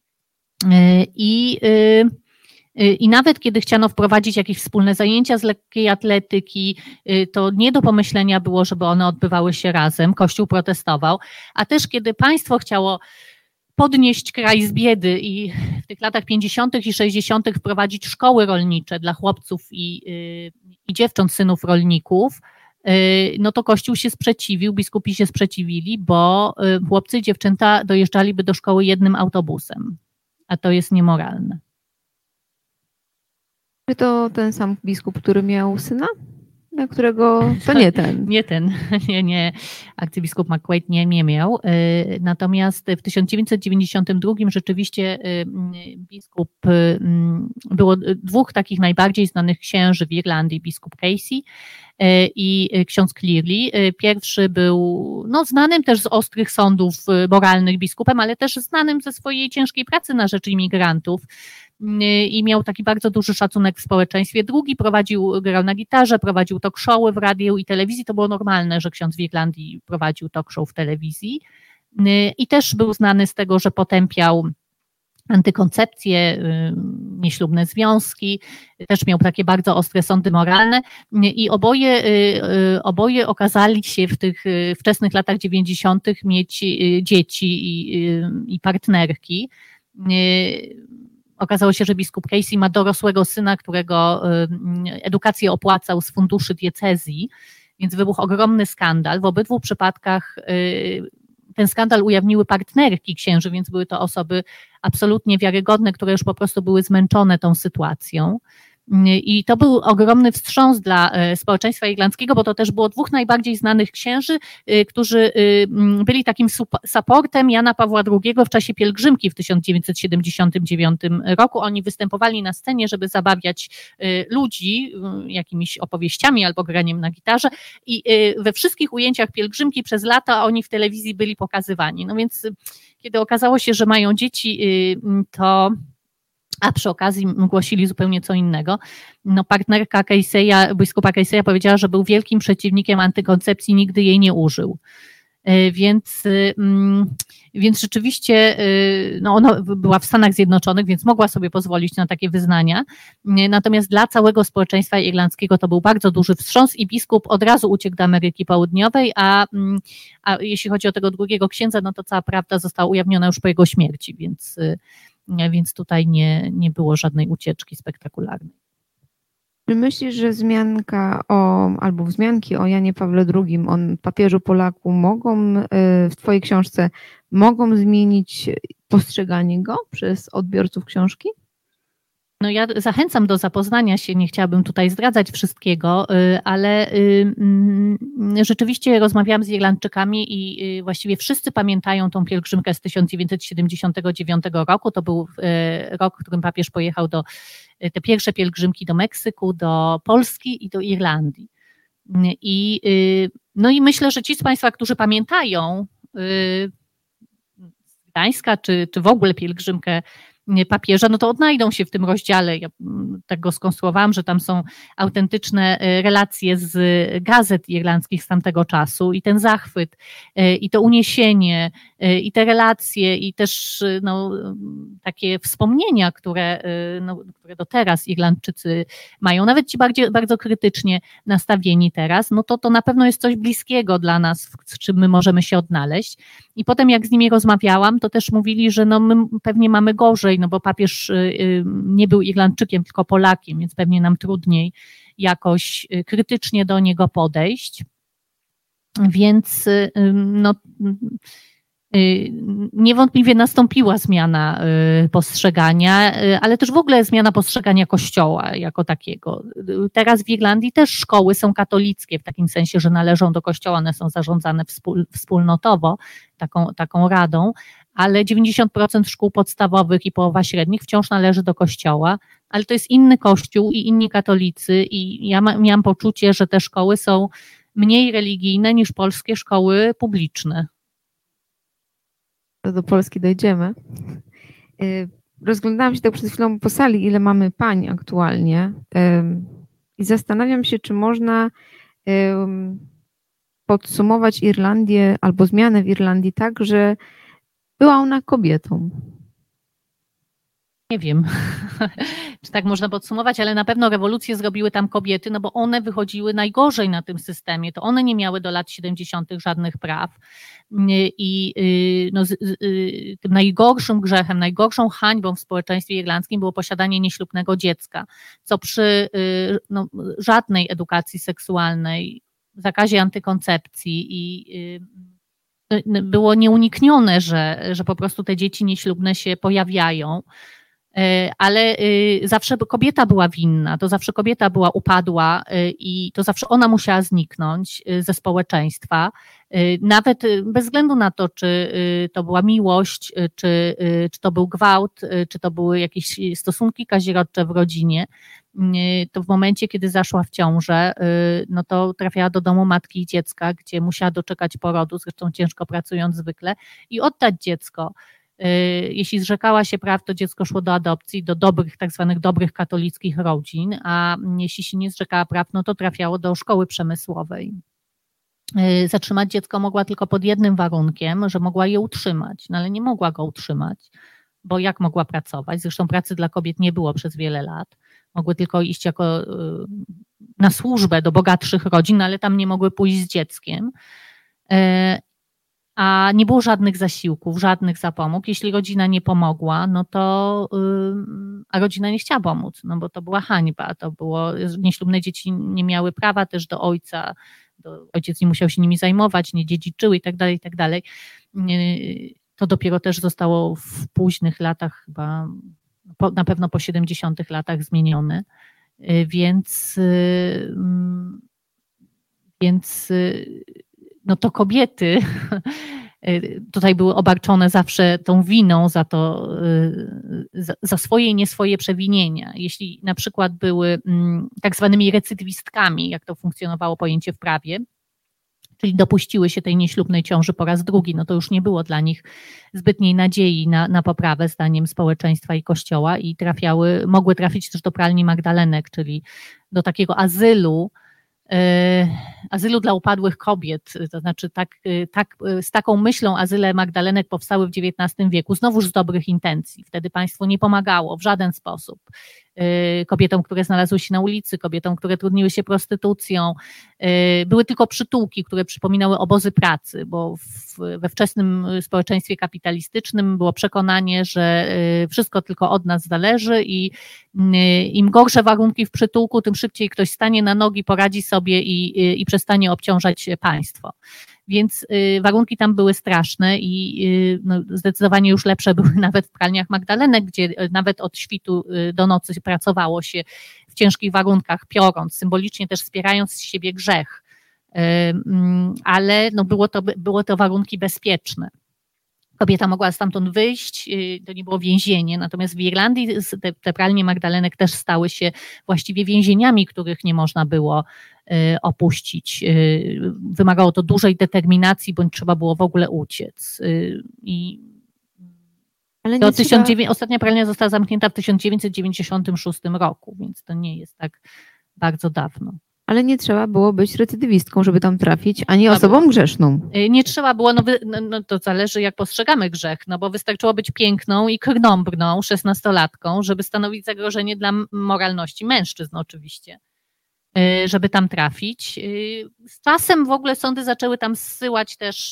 I I nawet kiedy chciano wprowadzić jakieś wspólne zajęcia z lekkiej atletyki, to nie do pomyślenia było, żeby one odbywały się razem. Kościół protestował. A też kiedy państwo chciało podnieść kraj z biedy i w tych latach pięćdziesiątych i sześćdziesiątych wprowadzić szkoły rolnicze dla chłopców i, i dziewcząt, synów rolników, no to Kościół się sprzeciwił, biskupi się sprzeciwili, bo chłopcy i dziewczęta dojeżdżaliby do szkoły jednym autobusem, a to jest niemoralne. Czy to ten sam biskup, który miał syna? Na którego to nie ten. Nie ten, nie, nie. Arcybiskup McQuaid nie, nie miał. Natomiast w tysiąc dziewięćset dziewięćdziesiątym drugim rzeczywiście biskup, było dwóch takich najbardziej znanych księży w Irlandii, biskup Casey i ksiądz Clearly. Pierwszy był no, znanym też z ostrych sądów moralnych biskupem, ale też znanym ze swojej ciężkiej pracy na rzecz imigrantów. I miał taki bardzo duży szacunek w społeczeństwie. Drugi prowadził, grał na gitarze, prowadził talk showy w radiu i telewizji. To było normalne, że ksiądz w Irlandii prowadził talk show w telewizji. I też był znany z tego, że potępiał antykoncepcję, nieślubne związki, też miał takie bardzo ostre sądy moralne i oboje, oboje okazali się w tych wczesnych latach dziewięćdziesiątych mieć dzieci i, i partnerki. Okazało się, że biskup Casey ma dorosłego syna, którego edukację opłacał z funduszy diecezji, więc wybuchł ogromny skandal. W obydwu przypadkach ten skandal ujawniły partnerki księży, więc były to osoby absolutnie wiarygodne, które już po prostu były zmęczone tą sytuacją. I to był ogromny wstrząs dla społeczeństwa irlandzkiego, bo to też było dwóch najbardziej znanych księży, którzy byli takim supportem Jana Pawła drugiego w czasie pielgrzymki w tysiąc dziewięćset siedemdziesiątym dziewiątym roku. Oni występowali na scenie, żeby zabawiać ludzi jakimiś opowieściami albo graniem na gitarze i we wszystkich ujęciach pielgrzymki przez lata oni w telewizji byli pokazywani. No więc kiedy okazało się, że mają dzieci, to a przy okazji głosili zupełnie co innego. No, partnerka Casey'a, biskupa Casey'a powiedziała, że był wielkim przeciwnikiem antykoncepcji, nigdy jej nie użył. Więc, więc rzeczywiście no ona była w Stanach Zjednoczonych, więc mogła sobie pozwolić na takie wyznania. Natomiast dla całego społeczeństwa irlandzkiego to był bardzo duży wstrząs i biskup od razu uciekł do Ameryki Południowej, a, a jeśli chodzi o tego drugiego księdza, no to cała prawda została ujawniona już po jego śmierci, więc, więc tutaj nie, nie było żadnej ucieczki spektakularnej. Czy myślisz, że wzmianka o, albo wzmianki o Janie Pawle drugim, o papieżu Polaku mogą w twojej książce, mogą zmienić postrzeganie go przez odbiorców książki? No ja zachęcam do zapoznania się, nie chciałabym tutaj zdradzać wszystkiego, ale rzeczywiście rozmawiałam z Irlandczykami i właściwie wszyscy pamiętają tą pielgrzymkę z tysiąc dziewięćset siedemdziesiątego dziewiątego roku. To był rok, w którym papież pojechał do te pierwsze pielgrzymki do Meksyku, do Polski i do Irlandii. I, no i myślę, że ci z Państwa, którzy pamiętają z Gdańska, czy, czy w ogóle pielgrzymkę papieża, no to odnajdą się w tym rozdziale. Ja tak go skonstruowałam, że tam są autentyczne relacje z gazet irlandzkich z tamtego czasu i ten zachwyt, i to uniesienie, i te relacje, i też no, takie wspomnienia, które, no, które do teraz Irlandczycy mają, nawet ci bardziej, bardzo krytycznie nastawieni teraz, no to to na pewno jest coś bliskiego dla nas, w czym my możemy się odnaleźć. I potem jak z nimi rozmawiałam, to też mówili, że no my pewnie mamy gorzej, no bo papież nie był Irlandczykiem, tylko Polakiem, więc pewnie nam trudniej jakoś krytycznie do niego podejść. Więc no, niewątpliwie nastąpiła zmiana postrzegania, ale też w ogóle zmiana postrzegania Kościoła jako takiego. Teraz w Irlandii też szkoły są katolickie w takim sensie, że należą do Kościoła, one są zarządzane wspólnotowo, taką, taką radą, ale dziewięćdziesiąt procent szkół podstawowych i połowa średnich wciąż należy do Kościoła, ale to jest inny Kościół i inni katolicy i ja ma, miałam poczucie, że te szkoły są mniej religijne niż polskie szkoły publiczne. Do Polski dojdziemy. Rozglądałam się tak przed chwilą po sali, ile mamy pań aktualnie i zastanawiam się, czy można podsumować Irlandię albo zmianę w Irlandii tak, że była ona kobietą. Nie wiem, czy tak można podsumować, ale na pewno rewolucję zrobiły tam kobiety, no bo one wychodziły najgorzej na tym systemie. To one nie miały do lat siedemdziesiątych żadnych praw i no, z, z, tym najgorszym grzechem, najgorszą hańbą w społeczeństwie irlandzkim było posiadanie nieślubnego dziecka, co przy no, żadnej edukacji seksualnej, zakazie antykoncepcji i było nieuniknione, że, że po prostu te dzieci nieślubne się pojawiają. Ale zawsze kobieta była winna, to zawsze kobieta była upadła i to zawsze ona musiała zniknąć ze społeczeństwa, nawet bez względu na to, czy to była miłość, czy, czy to był gwałt, czy to były jakieś stosunki kazirodcze w rodzinie, to w momencie, kiedy zaszła w ciążę, no to trafiała do domu matki i dziecka, gdzie musiała doczekać porodu, zresztą ciężko pracując zwykle, i oddać dziecko. Jeśli zrzekała się praw, to dziecko szło do adopcji, do dobrych, tak zwanych dobrych katolickich rodzin, a jeśli się nie zrzekała praw, no to trafiało do szkoły przemysłowej. Zatrzymać dziecko mogła tylko pod jednym warunkiem, że mogła je utrzymać, no ale nie mogła go utrzymać, bo jak mogła pracować? Zresztą pracy dla kobiet nie było przez wiele lat. Mogły tylko iść jako na służbę do bogatszych rodzin, ale tam nie mogły pójść z dzieckiem. A nie było żadnych zasiłków, żadnych zapomóg. Jeśli rodzina nie pomogła, no to, a rodzina nie chciała pomóc, no bo to była hańba, to było, nieślubne dzieci nie miały prawa też do ojca, do, ojciec nie musiał się nimi zajmować, nie dziedziczyły i tak dalej, i tak dalej. To dopiero też zostało w późnych latach, chyba po, na pewno po siedemdziesiątych latach zmienione, więc, więc no to kobiety tutaj były obarczone zawsze tą winą za to, za swoje i nie swoje przewinienia. Jeśli na przykład były tak zwanymi recydywistkami, jak to funkcjonowało pojęcie w prawie, czyli dopuściły się tej nieślubnej ciąży po raz drugi, no to już nie było dla nich zbytniej nadziei na, na poprawę zdaniem społeczeństwa i Kościoła i trafiały, mogły trafić też do pralni Magdalenek, czyli do takiego azylu, yy, azylu dla upadłych kobiet, to znaczy tak, tak, z taką myślą azyle Magdalenek powstały w dziewiętnastym wieku, znowuż z dobrych intencji. Wtedy państwo nie pomagało w żaden sposób kobietom, które znalazły się na ulicy, kobietom, które trudniły się prostytucją. Były tylko przytułki, które przypominały obozy pracy, bo w, we wczesnym społeczeństwie kapitalistycznym było przekonanie, że wszystko tylko od nas zależy i im gorsze warunki w przytułku, tym szybciej ktoś stanie na nogi, poradzi sobie i, i przestanie obciążać państwo. Więc warunki tam były straszne i no, zdecydowanie już lepsze były nawet w pralniach Magdalenek, gdzie nawet od świtu do nocy pracowało się w ciężkich warunkach, piorąc, symbolicznie też wspierając z siebie grzech. Ale no, było to, było to warunki bezpieczne. Kobieta mogła stamtąd wyjść, to nie było więzienie, natomiast w Irlandii te, te pralnie Magdalenek też stały się właściwie więzieniami, których nie można było opuścić. Wymagało to dużej determinacji, bądź trzeba było w ogóle uciec. I Ale to nie trzeba... dziewięćset Ostatnia pralnia została zamknięta w tysiąc dziewięćset dziewięćdziesiątym szóstym roku, więc to nie jest tak bardzo dawno. Ale nie trzeba było być recydywistką, żeby tam trafić, ani No osobą było. grzeszną. Nie trzeba było, no, wy, no, no to zależy jak postrzegamy grzech, no bo wystarczyło być piękną i krnąbrną szesnastolatką, żeby stanowić zagrożenie dla moralności mężczyzn oczywiście, żeby tam trafić. Z czasem w ogóle sądy zaczęły tam zsyłać też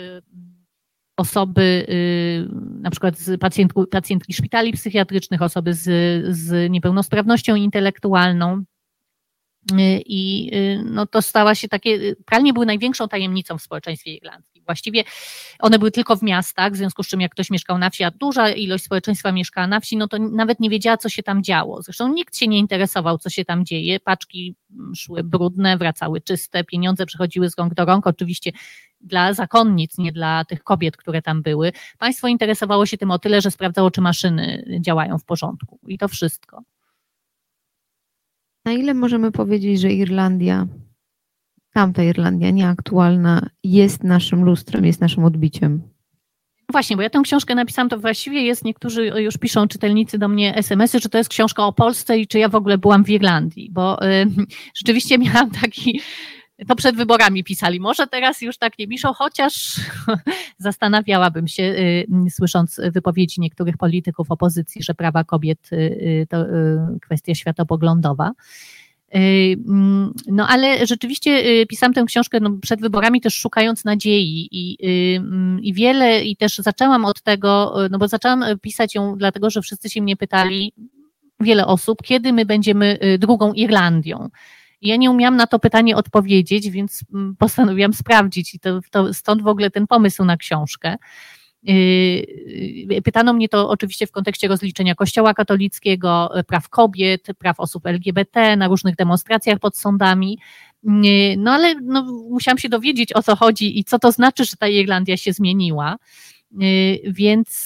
osoby, na przykład z pacjentku, pacjentki szpitali psychiatrycznych, osoby z, z niepełnosprawnością intelektualną. I no to stała się takie, pralnie były największą tajemnicą w społeczeństwie irlandzkim. Właściwie one były tylko w miastach, w związku z czym jak ktoś mieszkał na wsi, a duża ilość społeczeństwa mieszkała na wsi, no to nawet nie wiedziała, co się tam działo. Zresztą nikt się nie interesował, co się tam dzieje. Paczki szły brudne, wracały czyste, pieniądze przechodziły z rąk do rąk. Oczywiście dla zakonnic, nie dla tych kobiet, które tam były. Państwo interesowało się tym o tyle, że sprawdzało, czy maszyny działają w porządku. I to wszystko. Na ile możemy powiedzieć, że Irlandia, tamta Irlandia, nieaktualna, jest naszym lustrem, jest naszym odbiciem? Właśnie, bo ja tę książkę napisałam, to właściwie jest, niektórzy już piszą, czytelnicy do mnie es em esy, że to jest książka o Polsce i czy ja w ogóle byłam w Irlandii, bo y, rzeczywiście miałam taki, to przed wyborami pisali, może teraz już tak nie piszą, chociaż zastanawiałabym się, y, słysząc wypowiedzi niektórych polityków opozycji, że prawa kobiet y, to y, kwestia światopoglądowa. No ale rzeczywiście pisałam tę książkę no, przed wyborami też szukając nadziei i, i wiele, i też zaczęłam od tego, no bo zaczęłam pisać ją dlatego, że wszyscy się mnie pytali, wiele osób, kiedy my będziemy drugą Irlandią. I ja nie umiałam na to pytanie odpowiedzieć, więc postanowiłam sprawdzić i to, to stąd w ogóle ten pomysł na książkę. Pytano mnie to oczywiście w kontekście rozliczenia Kościoła katolickiego, praw kobiet, praw osób el gie be te na różnych demonstracjach pod sądami, no ale no, musiałam się dowiedzieć, o co chodzi i co to znaczy, że ta Irlandia się zmieniła, więc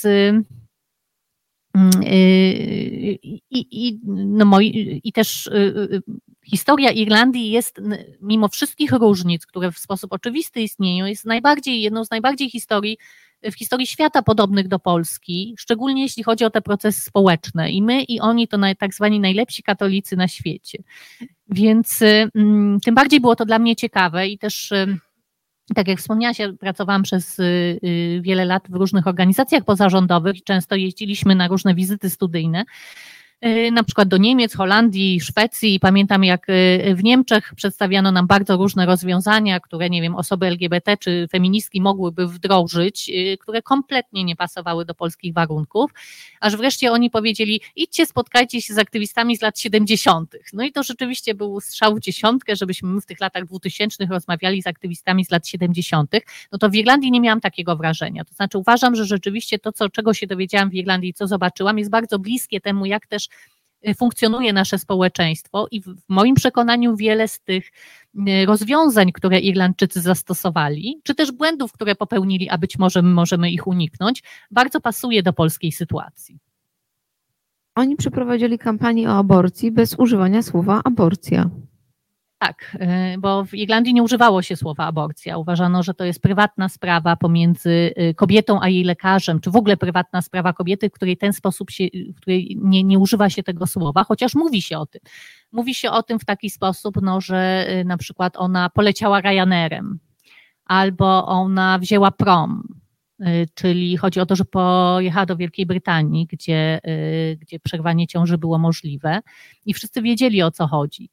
i, i, no moi, i też historia Irlandii jest, mimo wszystkich różnic, które w sposób oczywisty istnieją, jest najbardziej, jedną z najbardziej historii w historii świata podobnych do Polski, szczególnie jeśli chodzi o te procesy społeczne. I my i oni to tak zwani najlepsi katolicy na świecie. Więc um, tym bardziej było to dla mnie ciekawe i też, um, tak jak wspomniałaś, ja pracowałam przez y, y, wiele lat w różnych organizacjach pozarządowych i często jeździliśmy na różne wizyty studyjne, na przykład do Niemiec, Holandii, Szwecji. Pamiętam, jak w Niemczech przedstawiano nam bardzo różne rozwiązania, które, nie wiem, osoby el gie be te czy feministki mogłyby wdrożyć, które kompletnie nie pasowały do polskich warunków, aż wreszcie oni powiedzieli, idźcie, spotkajcie się z aktywistami z lat siedemdziesiątych. No i to rzeczywiście był strzał w dziesiątkę, żebyśmy my w tych latach dwutysięcznych rozmawiali z aktywistami z lat siedemdziesiątych. No to w Irlandii nie miałam takiego wrażenia. To znaczy uważam, że rzeczywiście to, co, czego się dowiedziałam w Irlandii, co zobaczyłam, jest bardzo bliskie temu, jak też funkcjonuje nasze społeczeństwo i w moim przekonaniu wiele z tych rozwiązań, które Irlandczycy zastosowali, czy też błędów, które popełnili, a być może my możemy ich uniknąć, bardzo pasuje do polskiej sytuacji. Oni przeprowadzili kampanię o aborcji bez używania słowa aborcja. Tak, bo w Irlandii nie używało się słowa aborcja. Uważano, że to jest prywatna sprawa pomiędzy kobietą a jej lekarzem, czy w ogóle prywatna sprawa kobiety, w której ten sposób się, w której nie, nie używa się tego słowa, chociaż mówi się o tym. Mówi się o tym w taki sposób, no, że na przykład ona poleciała Ryanerem, albo ona wzięła prom, czyli chodzi o to, że pojechała do Wielkiej Brytanii, gdzie, gdzie przerwanie ciąży było możliwe i wszyscy wiedzieli, o co chodzi.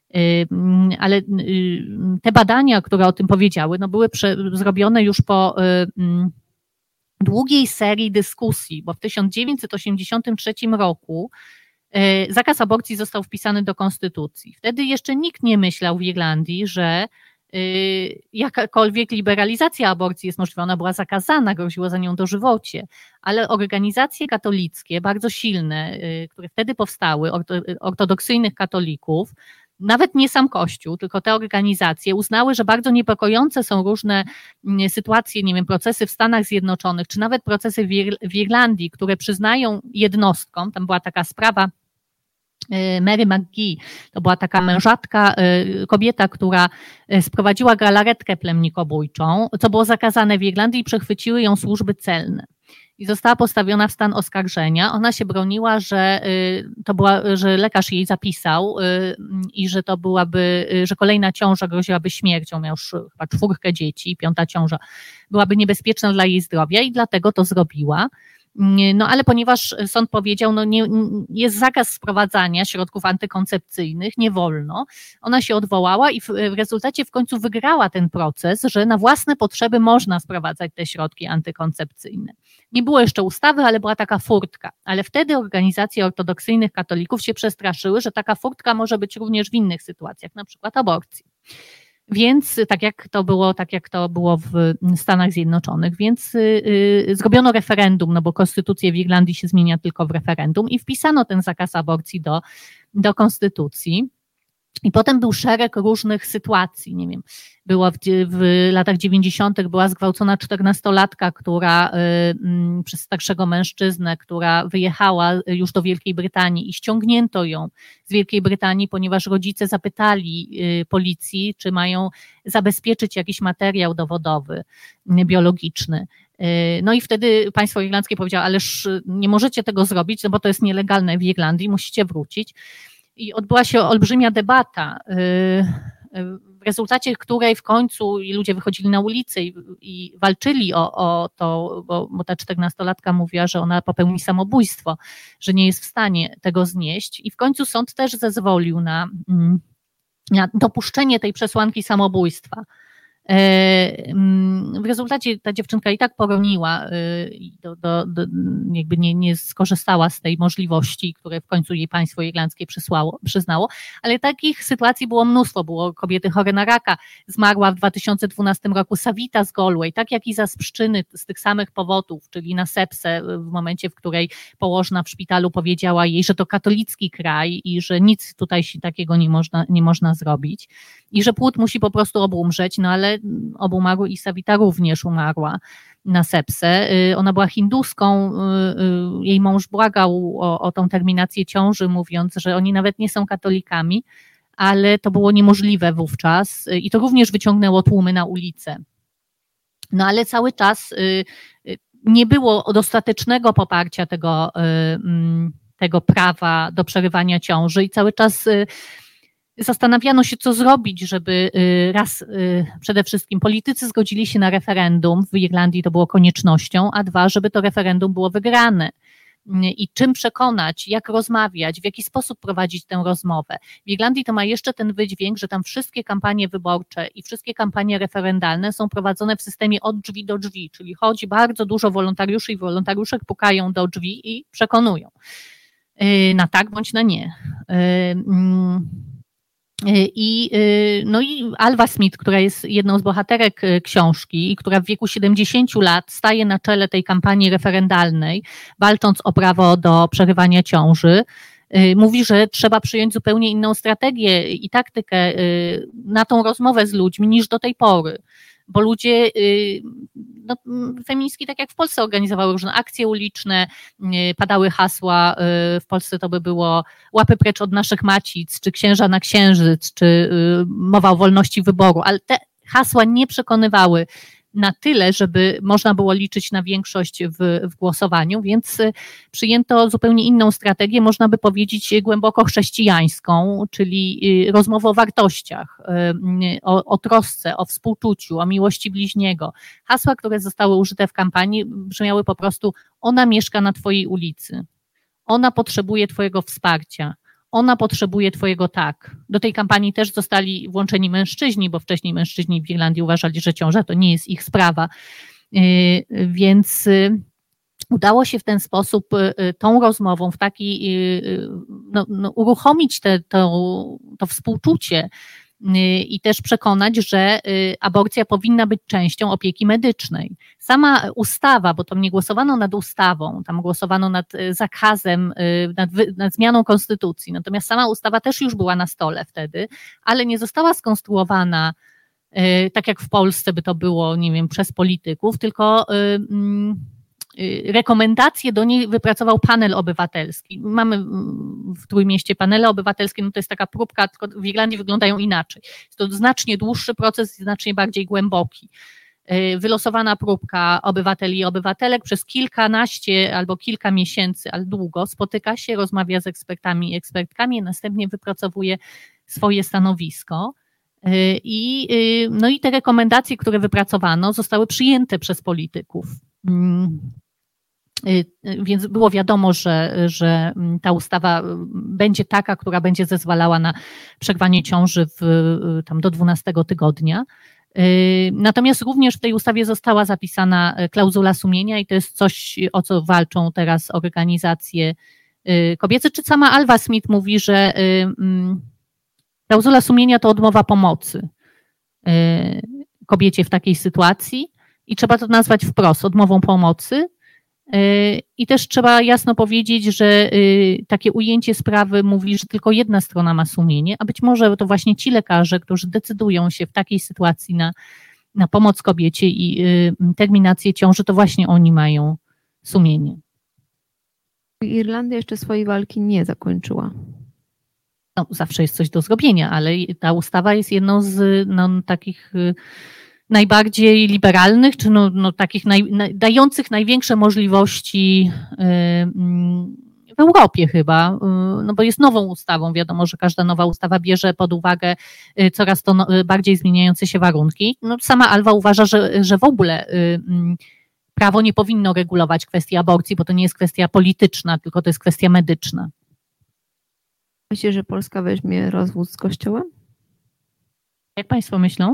Ale te badania, które o tym powiedziały, no były prze, zrobione już po długiej serii dyskusji, bo w tysiąc dziewięćset osiemdziesiątym trzecim roku zakaz aborcji został wpisany do konstytucji. Wtedy jeszcze nikt nie myślał w Irlandii, że jakakolwiek liberalizacja aborcji jest możliwa. Ona była zakazana, groziło za nią dożywocie, ale organizacje katolickie, bardzo silne, które wtedy powstały, ortodoksyjnych katolików, nawet nie sam Kościół, tylko te organizacje uznały, że bardzo niepokojące są różne sytuacje, nie wiem, procesy w Stanach Zjednoczonych, czy nawet procesy w, Ir- w Irlandii, które przyznają jednostkom, tam była taka sprawa Mary McGee, to była taka mężatka, kobieta, która sprowadziła galaretkę plemnikobójczą, co było zakazane w Irlandii i przechwyciły ją służby celne. I została postawiona w stan oskarżenia. Ona się broniła, że to była, że lekarz jej zapisał i że to byłaby, że kolejna ciąża groziłaby śmiercią, miał już chyba czwórkę dzieci, piąta ciąża byłaby niebezpieczna dla jej zdrowia i dlatego to zrobiła. No ale ponieważ sąd powiedział, no nie, jest zakaz sprowadzania środków antykoncepcyjnych, nie wolno, ona się odwołała i w, w rezultacie w końcu wygrała ten proces, że na własne potrzeby można sprowadzać te środki antykoncepcyjne. Nie było jeszcze ustawy, ale była taka furtka, ale wtedy organizacje ortodoksyjnych katolików się przestraszyły, że taka furtka może być również w innych sytuacjach, na przykład aborcji. Więc tak jak to było, tak jak to było w Stanach Zjednoczonych, więc y, zrobiono referendum, no bo konstytucja w Irlandii się zmienia tylko w referendum i wpisano ten zakaz aborcji do, do konstytucji. I potem był szereg różnych sytuacji, nie wiem, była w, w latach dziewięćdziesiątych była zgwałcona czternastolatka, która y, przez starszego mężczyznę, która wyjechała już do Wielkiej Brytanii i ściągnięto ją z Wielkiej Brytanii, ponieważ rodzice zapytali y, policji, czy mają zabezpieczyć jakiś materiał dowodowy, y, biologiczny. No i wtedy państwo irlandzkie powiedziało, ależ nie możecie tego zrobić, no bo to jest nielegalne w Irlandii, musicie wrócić. I odbyła się olbrzymia debata, w rezultacie której w końcu ludzie wychodzili na ulicę i, i walczyli o, o to, bo, bo ta czternastolatka mówiła, że ona popełni samobójstwo, że nie jest w stanie tego znieść i w końcu sąd też zezwolił na, na dopuszczenie tej przesłanki samobójstwa. W rezultacie ta dziewczynka i tak poroniła, do, do, do, jakby nie, nie skorzystała z tej możliwości, które w końcu jej państwo irlandzkie przysłało, przyznało, ale takich sytuacji było mnóstwo, było kobiety chore na raka, zmarła w dwa tysiące dwunastym roku Savita z Galway, tak jak i za sprzczyny z tych samych powodów, czyli na sepsę w momencie, w której położna w szpitalu powiedziała jej, że to katolicki kraj i że nic tutaj takiego nie można, nie można zrobić i że płód musi po prostu obumrzeć, no ale obumarł i Savita również umarła na sepsę. Ona była hinduską, jej mąż błagał o, o tą terminację ciąży, mówiąc, że oni nawet nie są katolikami, ale to było niemożliwe wówczas i to również wyciągnęło tłumy na ulicę. No ale cały czas nie było dostatecznego poparcia tego, tego prawa do przerywania ciąży i cały czas zastanawiano się, co zrobić, żeby raz przede wszystkim politycy zgodzili się na referendum, w Irlandii to było koniecznością, a dwa, żeby to referendum było wygrane. I czym przekonać, jak rozmawiać, w jaki sposób prowadzić tę rozmowę. W Irlandii to ma jeszcze ten wydźwięk, że tam wszystkie kampanie wyborcze i wszystkie kampanie referendalne są prowadzone w systemie od drzwi do drzwi, czyli chodzi bardzo dużo wolontariuszy i wolontariuszek pukają do drzwi i przekonują na tak bądź na nie. I, no i Alva Smith, która jest jedną z bohaterek książki i która w wieku siedemdziesięciu lat staje na czele tej kampanii referendalnej, walcząc o prawo do przerywania ciąży, mówi, że trzeba przyjąć zupełnie inną strategię i taktykę na tą rozmowę z ludźmi niż do tej pory, bo ludzie, no, feministki tak jak w Polsce organizowały różne akcje uliczne, padały hasła, w Polsce to by było łapy precz od naszych macic, czy księża na księżyc, czy mowa o wolności wyboru, ale te hasła nie przekonywały na tyle, żeby można było liczyć na większość w, w głosowaniu, więc przyjęto zupełnie inną strategię, można by powiedzieć głęboko chrześcijańską, czyli rozmowę o wartościach, o, o trosce, o współczuciu, o miłości bliźniego. Hasła, które zostały użyte w kampanii, brzmiały po prostu: ona mieszka na twojej ulicy, ona potrzebuje twojego wsparcia, ona potrzebuje twojego tak. Do tej kampanii też zostali włączeni mężczyźni, bo wcześniej mężczyźni w Irlandii uważali, że ciąża to nie jest ich sprawa. Więc udało się w ten sposób tą rozmową w taki, no, no, uruchomić te, to, to współczucie i też przekonać, że aborcja powinna być częścią opieki medycznej. Sama ustawa, bo tam nie głosowano nad ustawą, tam głosowano nad zakazem, nad, nad zmianą konstytucji, natomiast sama ustawa też już była na stole wtedy, ale nie została skonstruowana tak jak w Polsce by to było, nie wiem, przez polityków, tylko rekomendacje do niej wypracował panel obywatelski. Mamy w Trójmieście panele obywatelskie, no to jest taka próbka, tylko w Irlandii wyglądają inaczej. Jest to znacznie dłuższy proces, znacznie bardziej głęboki. Wylosowana próbka obywateli i obywatelek przez kilkanaście albo kilka miesięcy, ale długo spotyka się, rozmawia z ekspertami i ekspertkami, następnie wypracowuje swoje stanowisko. I, no i te rekomendacje, które wypracowano, zostały przyjęte przez polityków. Więc było wiadomo, że, że ta ustawa będzie taka, która będzie zezwalała na przerwanie ciąży w, tam do dwunastego tygodnia. Natomiast również w tej ustawie została zapisana klauzula sumienia i to jest coś, o co walczą teraz organizacje kobiece. Czy sama Alva Smith mówi, że klauzula sumienia to odmowa pomocy kobiecie w takiej sytuacji i trzeba to nazwać wprost, odmową pomocy. I też trzeba jasno powiedzieć, że takie ujęcie sprawy mówi, że tylko jedna strona ma sumienie, a być może to właśnie ci lekarze, którzy decydują się w takiej sytuacji na, na pomoc kobiecie i terminację ciąży, to właśnie oni mają sumienie. Irlandia jeszcze swojej walki nie zakończyła. No, zawsze jest coś do zrobienia, ale ta ustawa jest jedną z no, takich najbardziej liberalnych, czy no, no, takich naj, na, dających największe możliwości yy, w Europie chyba, yy, no bo jest nową ustawą. Wiadomo, że każda nowa ustawa bierze pod uwagę yy, coraz to no, bardziej zmieniające się warunki. No, sama Alva uważa, że, że w ogóle yy, prawo nie powinno regulować kwestii aborcji, bo to nie jest kwestia polityczna, tylko to jest kwestia medyczna. Myślicie, że Polska weźmie rozwód z Kościołem? Jak Państwo myślą?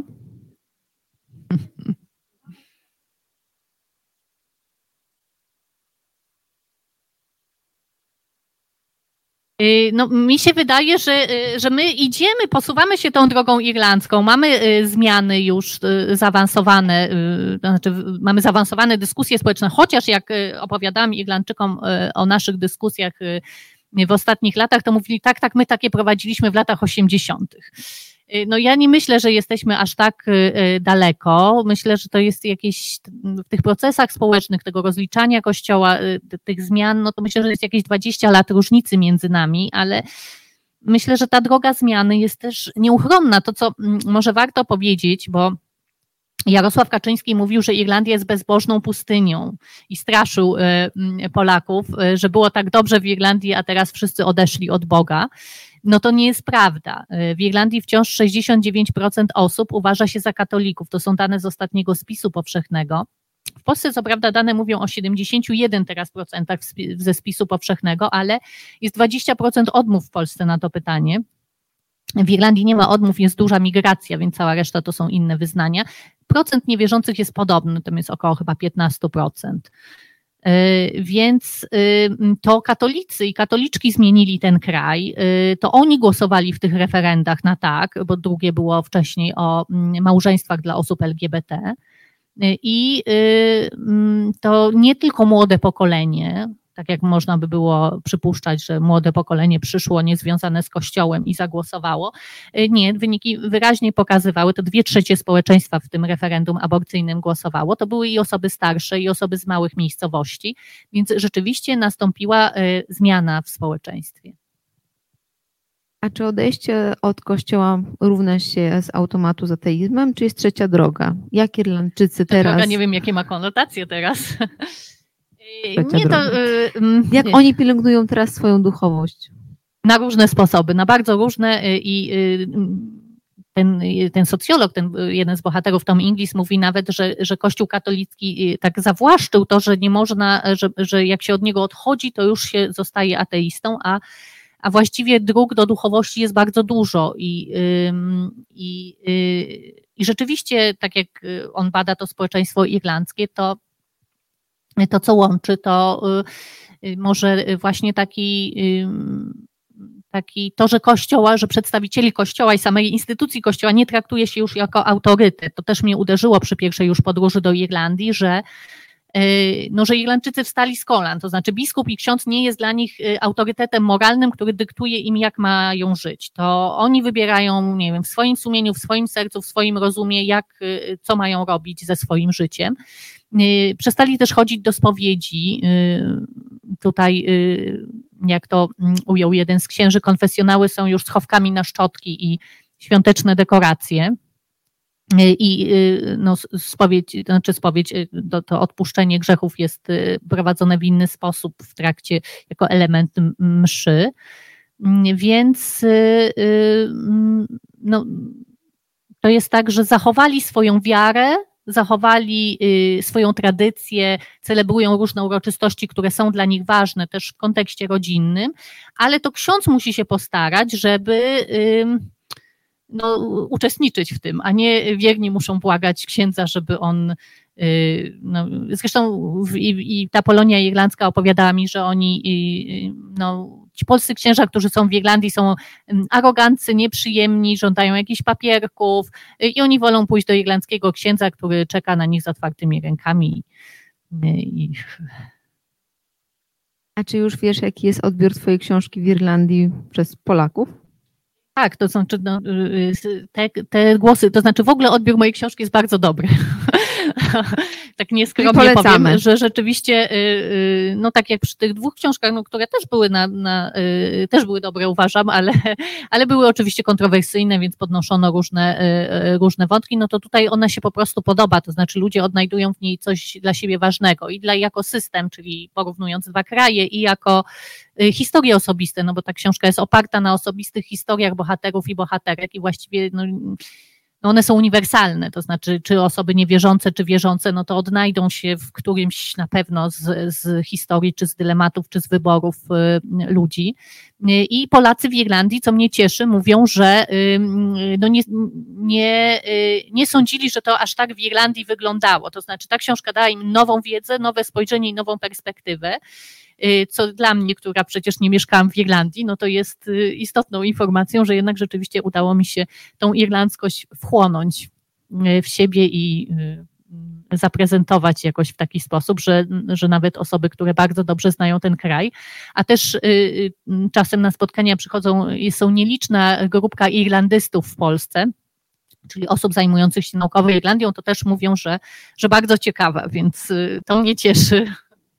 No, mi się wydaje, że, że my idziemy, posuwamy się tą drogą irlandzką, mamy zmiany już zaawansowane, to znaczy mamy zaawansowane dyskusje społeczne, chociaż jak opowiadałam Irlandczykom o naszych dyskusjach w ostatnich latach, to mówili, tak, tak, my takie prowadziliśmy w latach osiemdziesiątych. No ja nie myślę, że jesteśmy aż tak daleko. Myślę, że to jest jakieś w tych procesach społecznych, tego rozliczania Kościoła, tych zmian, no to myślę, że jest jakieś dwadzieścia lat różnicy między nami, ale myślę, że ta droga zmiany jest też nieuchronna. To, co może warto powiedzieć, bo Jarosław Kaczyński mówił, że Irlandia jest bezbożną pustynią i straszył Polaków, że było tak dobrze w Irlandii, a teraz wszyscy odeszli od Boga. No to nie jest prawda. W Irlandii wciąż sześćdziesiąt dziewięć procent osób uważa się za katolików. To są dane z ostatniego spisu powszechnego. W Polsce co prawda dane mówią o siedemdziesiąt jeden teraz procentach ze spisu powszechnego, ale jest dwadzieścia procent odmów w Polsce na to pytanie. W Irlandii nie ma odmów, jest duża migracja, więc cała reszta to są inne wyznania. Procent niewierzących jest podobny, to jest około chyba piętnaście procent. Więc to katolicy i katoliczki zmienili ten kraj, to oni głosowali w tych referendach na tak, bo drugie było wcześniej o małżeństwach dla osób L G B T i to nie tylko młode pokolenie, tak jak można by było przypuszczać, że młode pokolenie przyszło niezwiązane z Kościołem i zagłosowało. Nie, wyniki wyraźnie pokazywały, to dwie trzecie społeczeństwa w tym referendum aborcyjnym głosowało, to były i osoby starsze, i osoby z małych miejscowości, więc rzeczywiście nastąpiła zmiana w społeczeństwie. A czy odejście od Kościoła równa się z automatu z ateizmem, czy jest trzecia droga? Jak Irlandczycy teraz... Droga, nie wiem, jakie ma konotacje teraz. Trzecia nie, to, Jak nie. oni pielęgnują teraz swoją duchowość? Na różne sposoby, na bardzo różne i ten, ten socjolog, ten jeden z bohaterów, Tom Inglis, mówi nawet, że, że Kościół katolicki tak zawłaszczył to, że nie można, że, że jak się od niego odchodzi, to już się zostaje ateistą, a A właściwie dróg do duchowości jest bardzo dużo i, i, i rzeczywiście, tak jak on bada to społeczeństwo irlandzkie, to, to co łączy, to może właśnie taki, taki to, że Kościoła, że przedstawicieli Kościoła i samej instytucji Kościoła nie traktuje się już jako autorytet. To też mnie uderzyło przy pierwszej już podróży do Irlandii, że no, że Irlandczycy wstali z kolan, to znaczy biskup i ksiądz nie jest dla nich autorytetem moralnym, który dyktuje im, jak mają żyć. To oni wybierają, nie wiem, w swoim sumieniu, w swoim sercu, w swoim rozumie, jak, co mają robić ze swoim życiem. Przestali też chodzić do spowiedzi. Tutaj, jak to ujął jeden z księży, konfesjonały są już schowkami na szczotki i świąteczne dekoracje. I no, spowiedź, to znaczy spowiedź, to, to odpuszczenie grzechów jest prowadzone w inny sposób w trakcie, jako element mszy, więc no, to jest tak, że zachowali swoją wiarę, zachowali swoją tradycję, celebrują różne uroczystości, które są dla nich ważne też w kontekście rodzinnym, ale to ksiądz musi się postarać, żeby no, uczestniczyć w tym, a nie wierni muszą błagać księdza, żeby on, no, zresztą i, i ta Polonia irlandzka opowiadała mi, że oni, no, ci polscy księża, którzy są w Irlandii, są aroganccy, nieprzyjemni, żądają jakichś papierków i oni wolą pójść do irlandzkiego księdza, który czeka na nich z otwartymi rękami. I... A czy już wiesz, jaki jest odbiór twojej książki w Irlandii przez Polaków? Tak, to znaczy no, te, te głosy, to znaczy w ogóle odbiór mojej książki jest bardzo dobry. Tak nieskromnie powiem, że rzeczywiście, no tak jak przy tych dwóch książkach, no, które też były na, na też były dobre, uważam, ale, ale były oczywiście kontrowersyjne, więc podnoszono różne, różne wątki, no to tutaj ona się po prostu podoba, to znaczy ludzie odnajdują w niej coś dla siebie ważnego i dla jako system, czyli porównując dwa kraje i jako historie osobiste, no bo ta książka jest oparta na osobistych historiach bohaterów i bohaterek i właściwie no, no one są uniwersalne, to znaczy czy osoby niewierzące, czy wierzące, no to odnajdą się w którymś na pewno z, z historii, czy z dylematów, czy z wyborów y, ludzi. I Polacy w Irlandii, co mnie cieszy, mówią, że y, no nie, nie, y, nie sądzili, że to aż tak w Irlandii wyglądało, to znaczy ta książka dała im nową wiedzę, nowe spojrzenie i nową perspektywę, co dla mnie, która przecież nie mieszkałam w Irlandii, no to jest istotną informacją, że jednak rzeczywiście udało mi się tą irlandzkość wchłonąć w siebie i zaprezentować jakoś w taki sposób, że, że nawet osoby, które bardzo dobrze znają ten kraj, a też czasem na spotkania przychodzą, są nieliczna grupka irlandystów w Polsce, czyli osób zajmujących się naukowo Irlandią, to też mówią, że, że bardzo ciekawa, więc to mnie cieszy.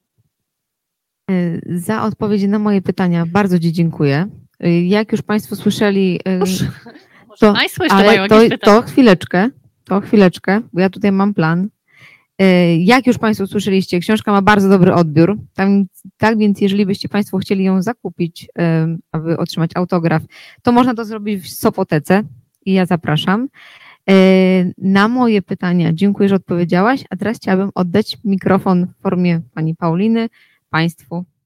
Za odpowiedź na moje pytania bardzo ci dziękuję. Jak już Państwo słyszeli, Może, może to, Państwo jeszcze ale mają to, jakieś pytania. to chwileczkę, to chwileczkę, bo ja tutaj mam plan. Jak już Państwo słyszeliście, książka ma bardzo dobry odbiór, tam, tak więc jeżeli byście Państwo chcieli ją zakupić, aby otrzymać autograf, to można to zrobić w Sopotece i ja zapraszam. Na moje pytania dziękuję, że odpowiedziałaś, a teraz chciałabym oddać mikrofon w formie pani Pauliny Państwu.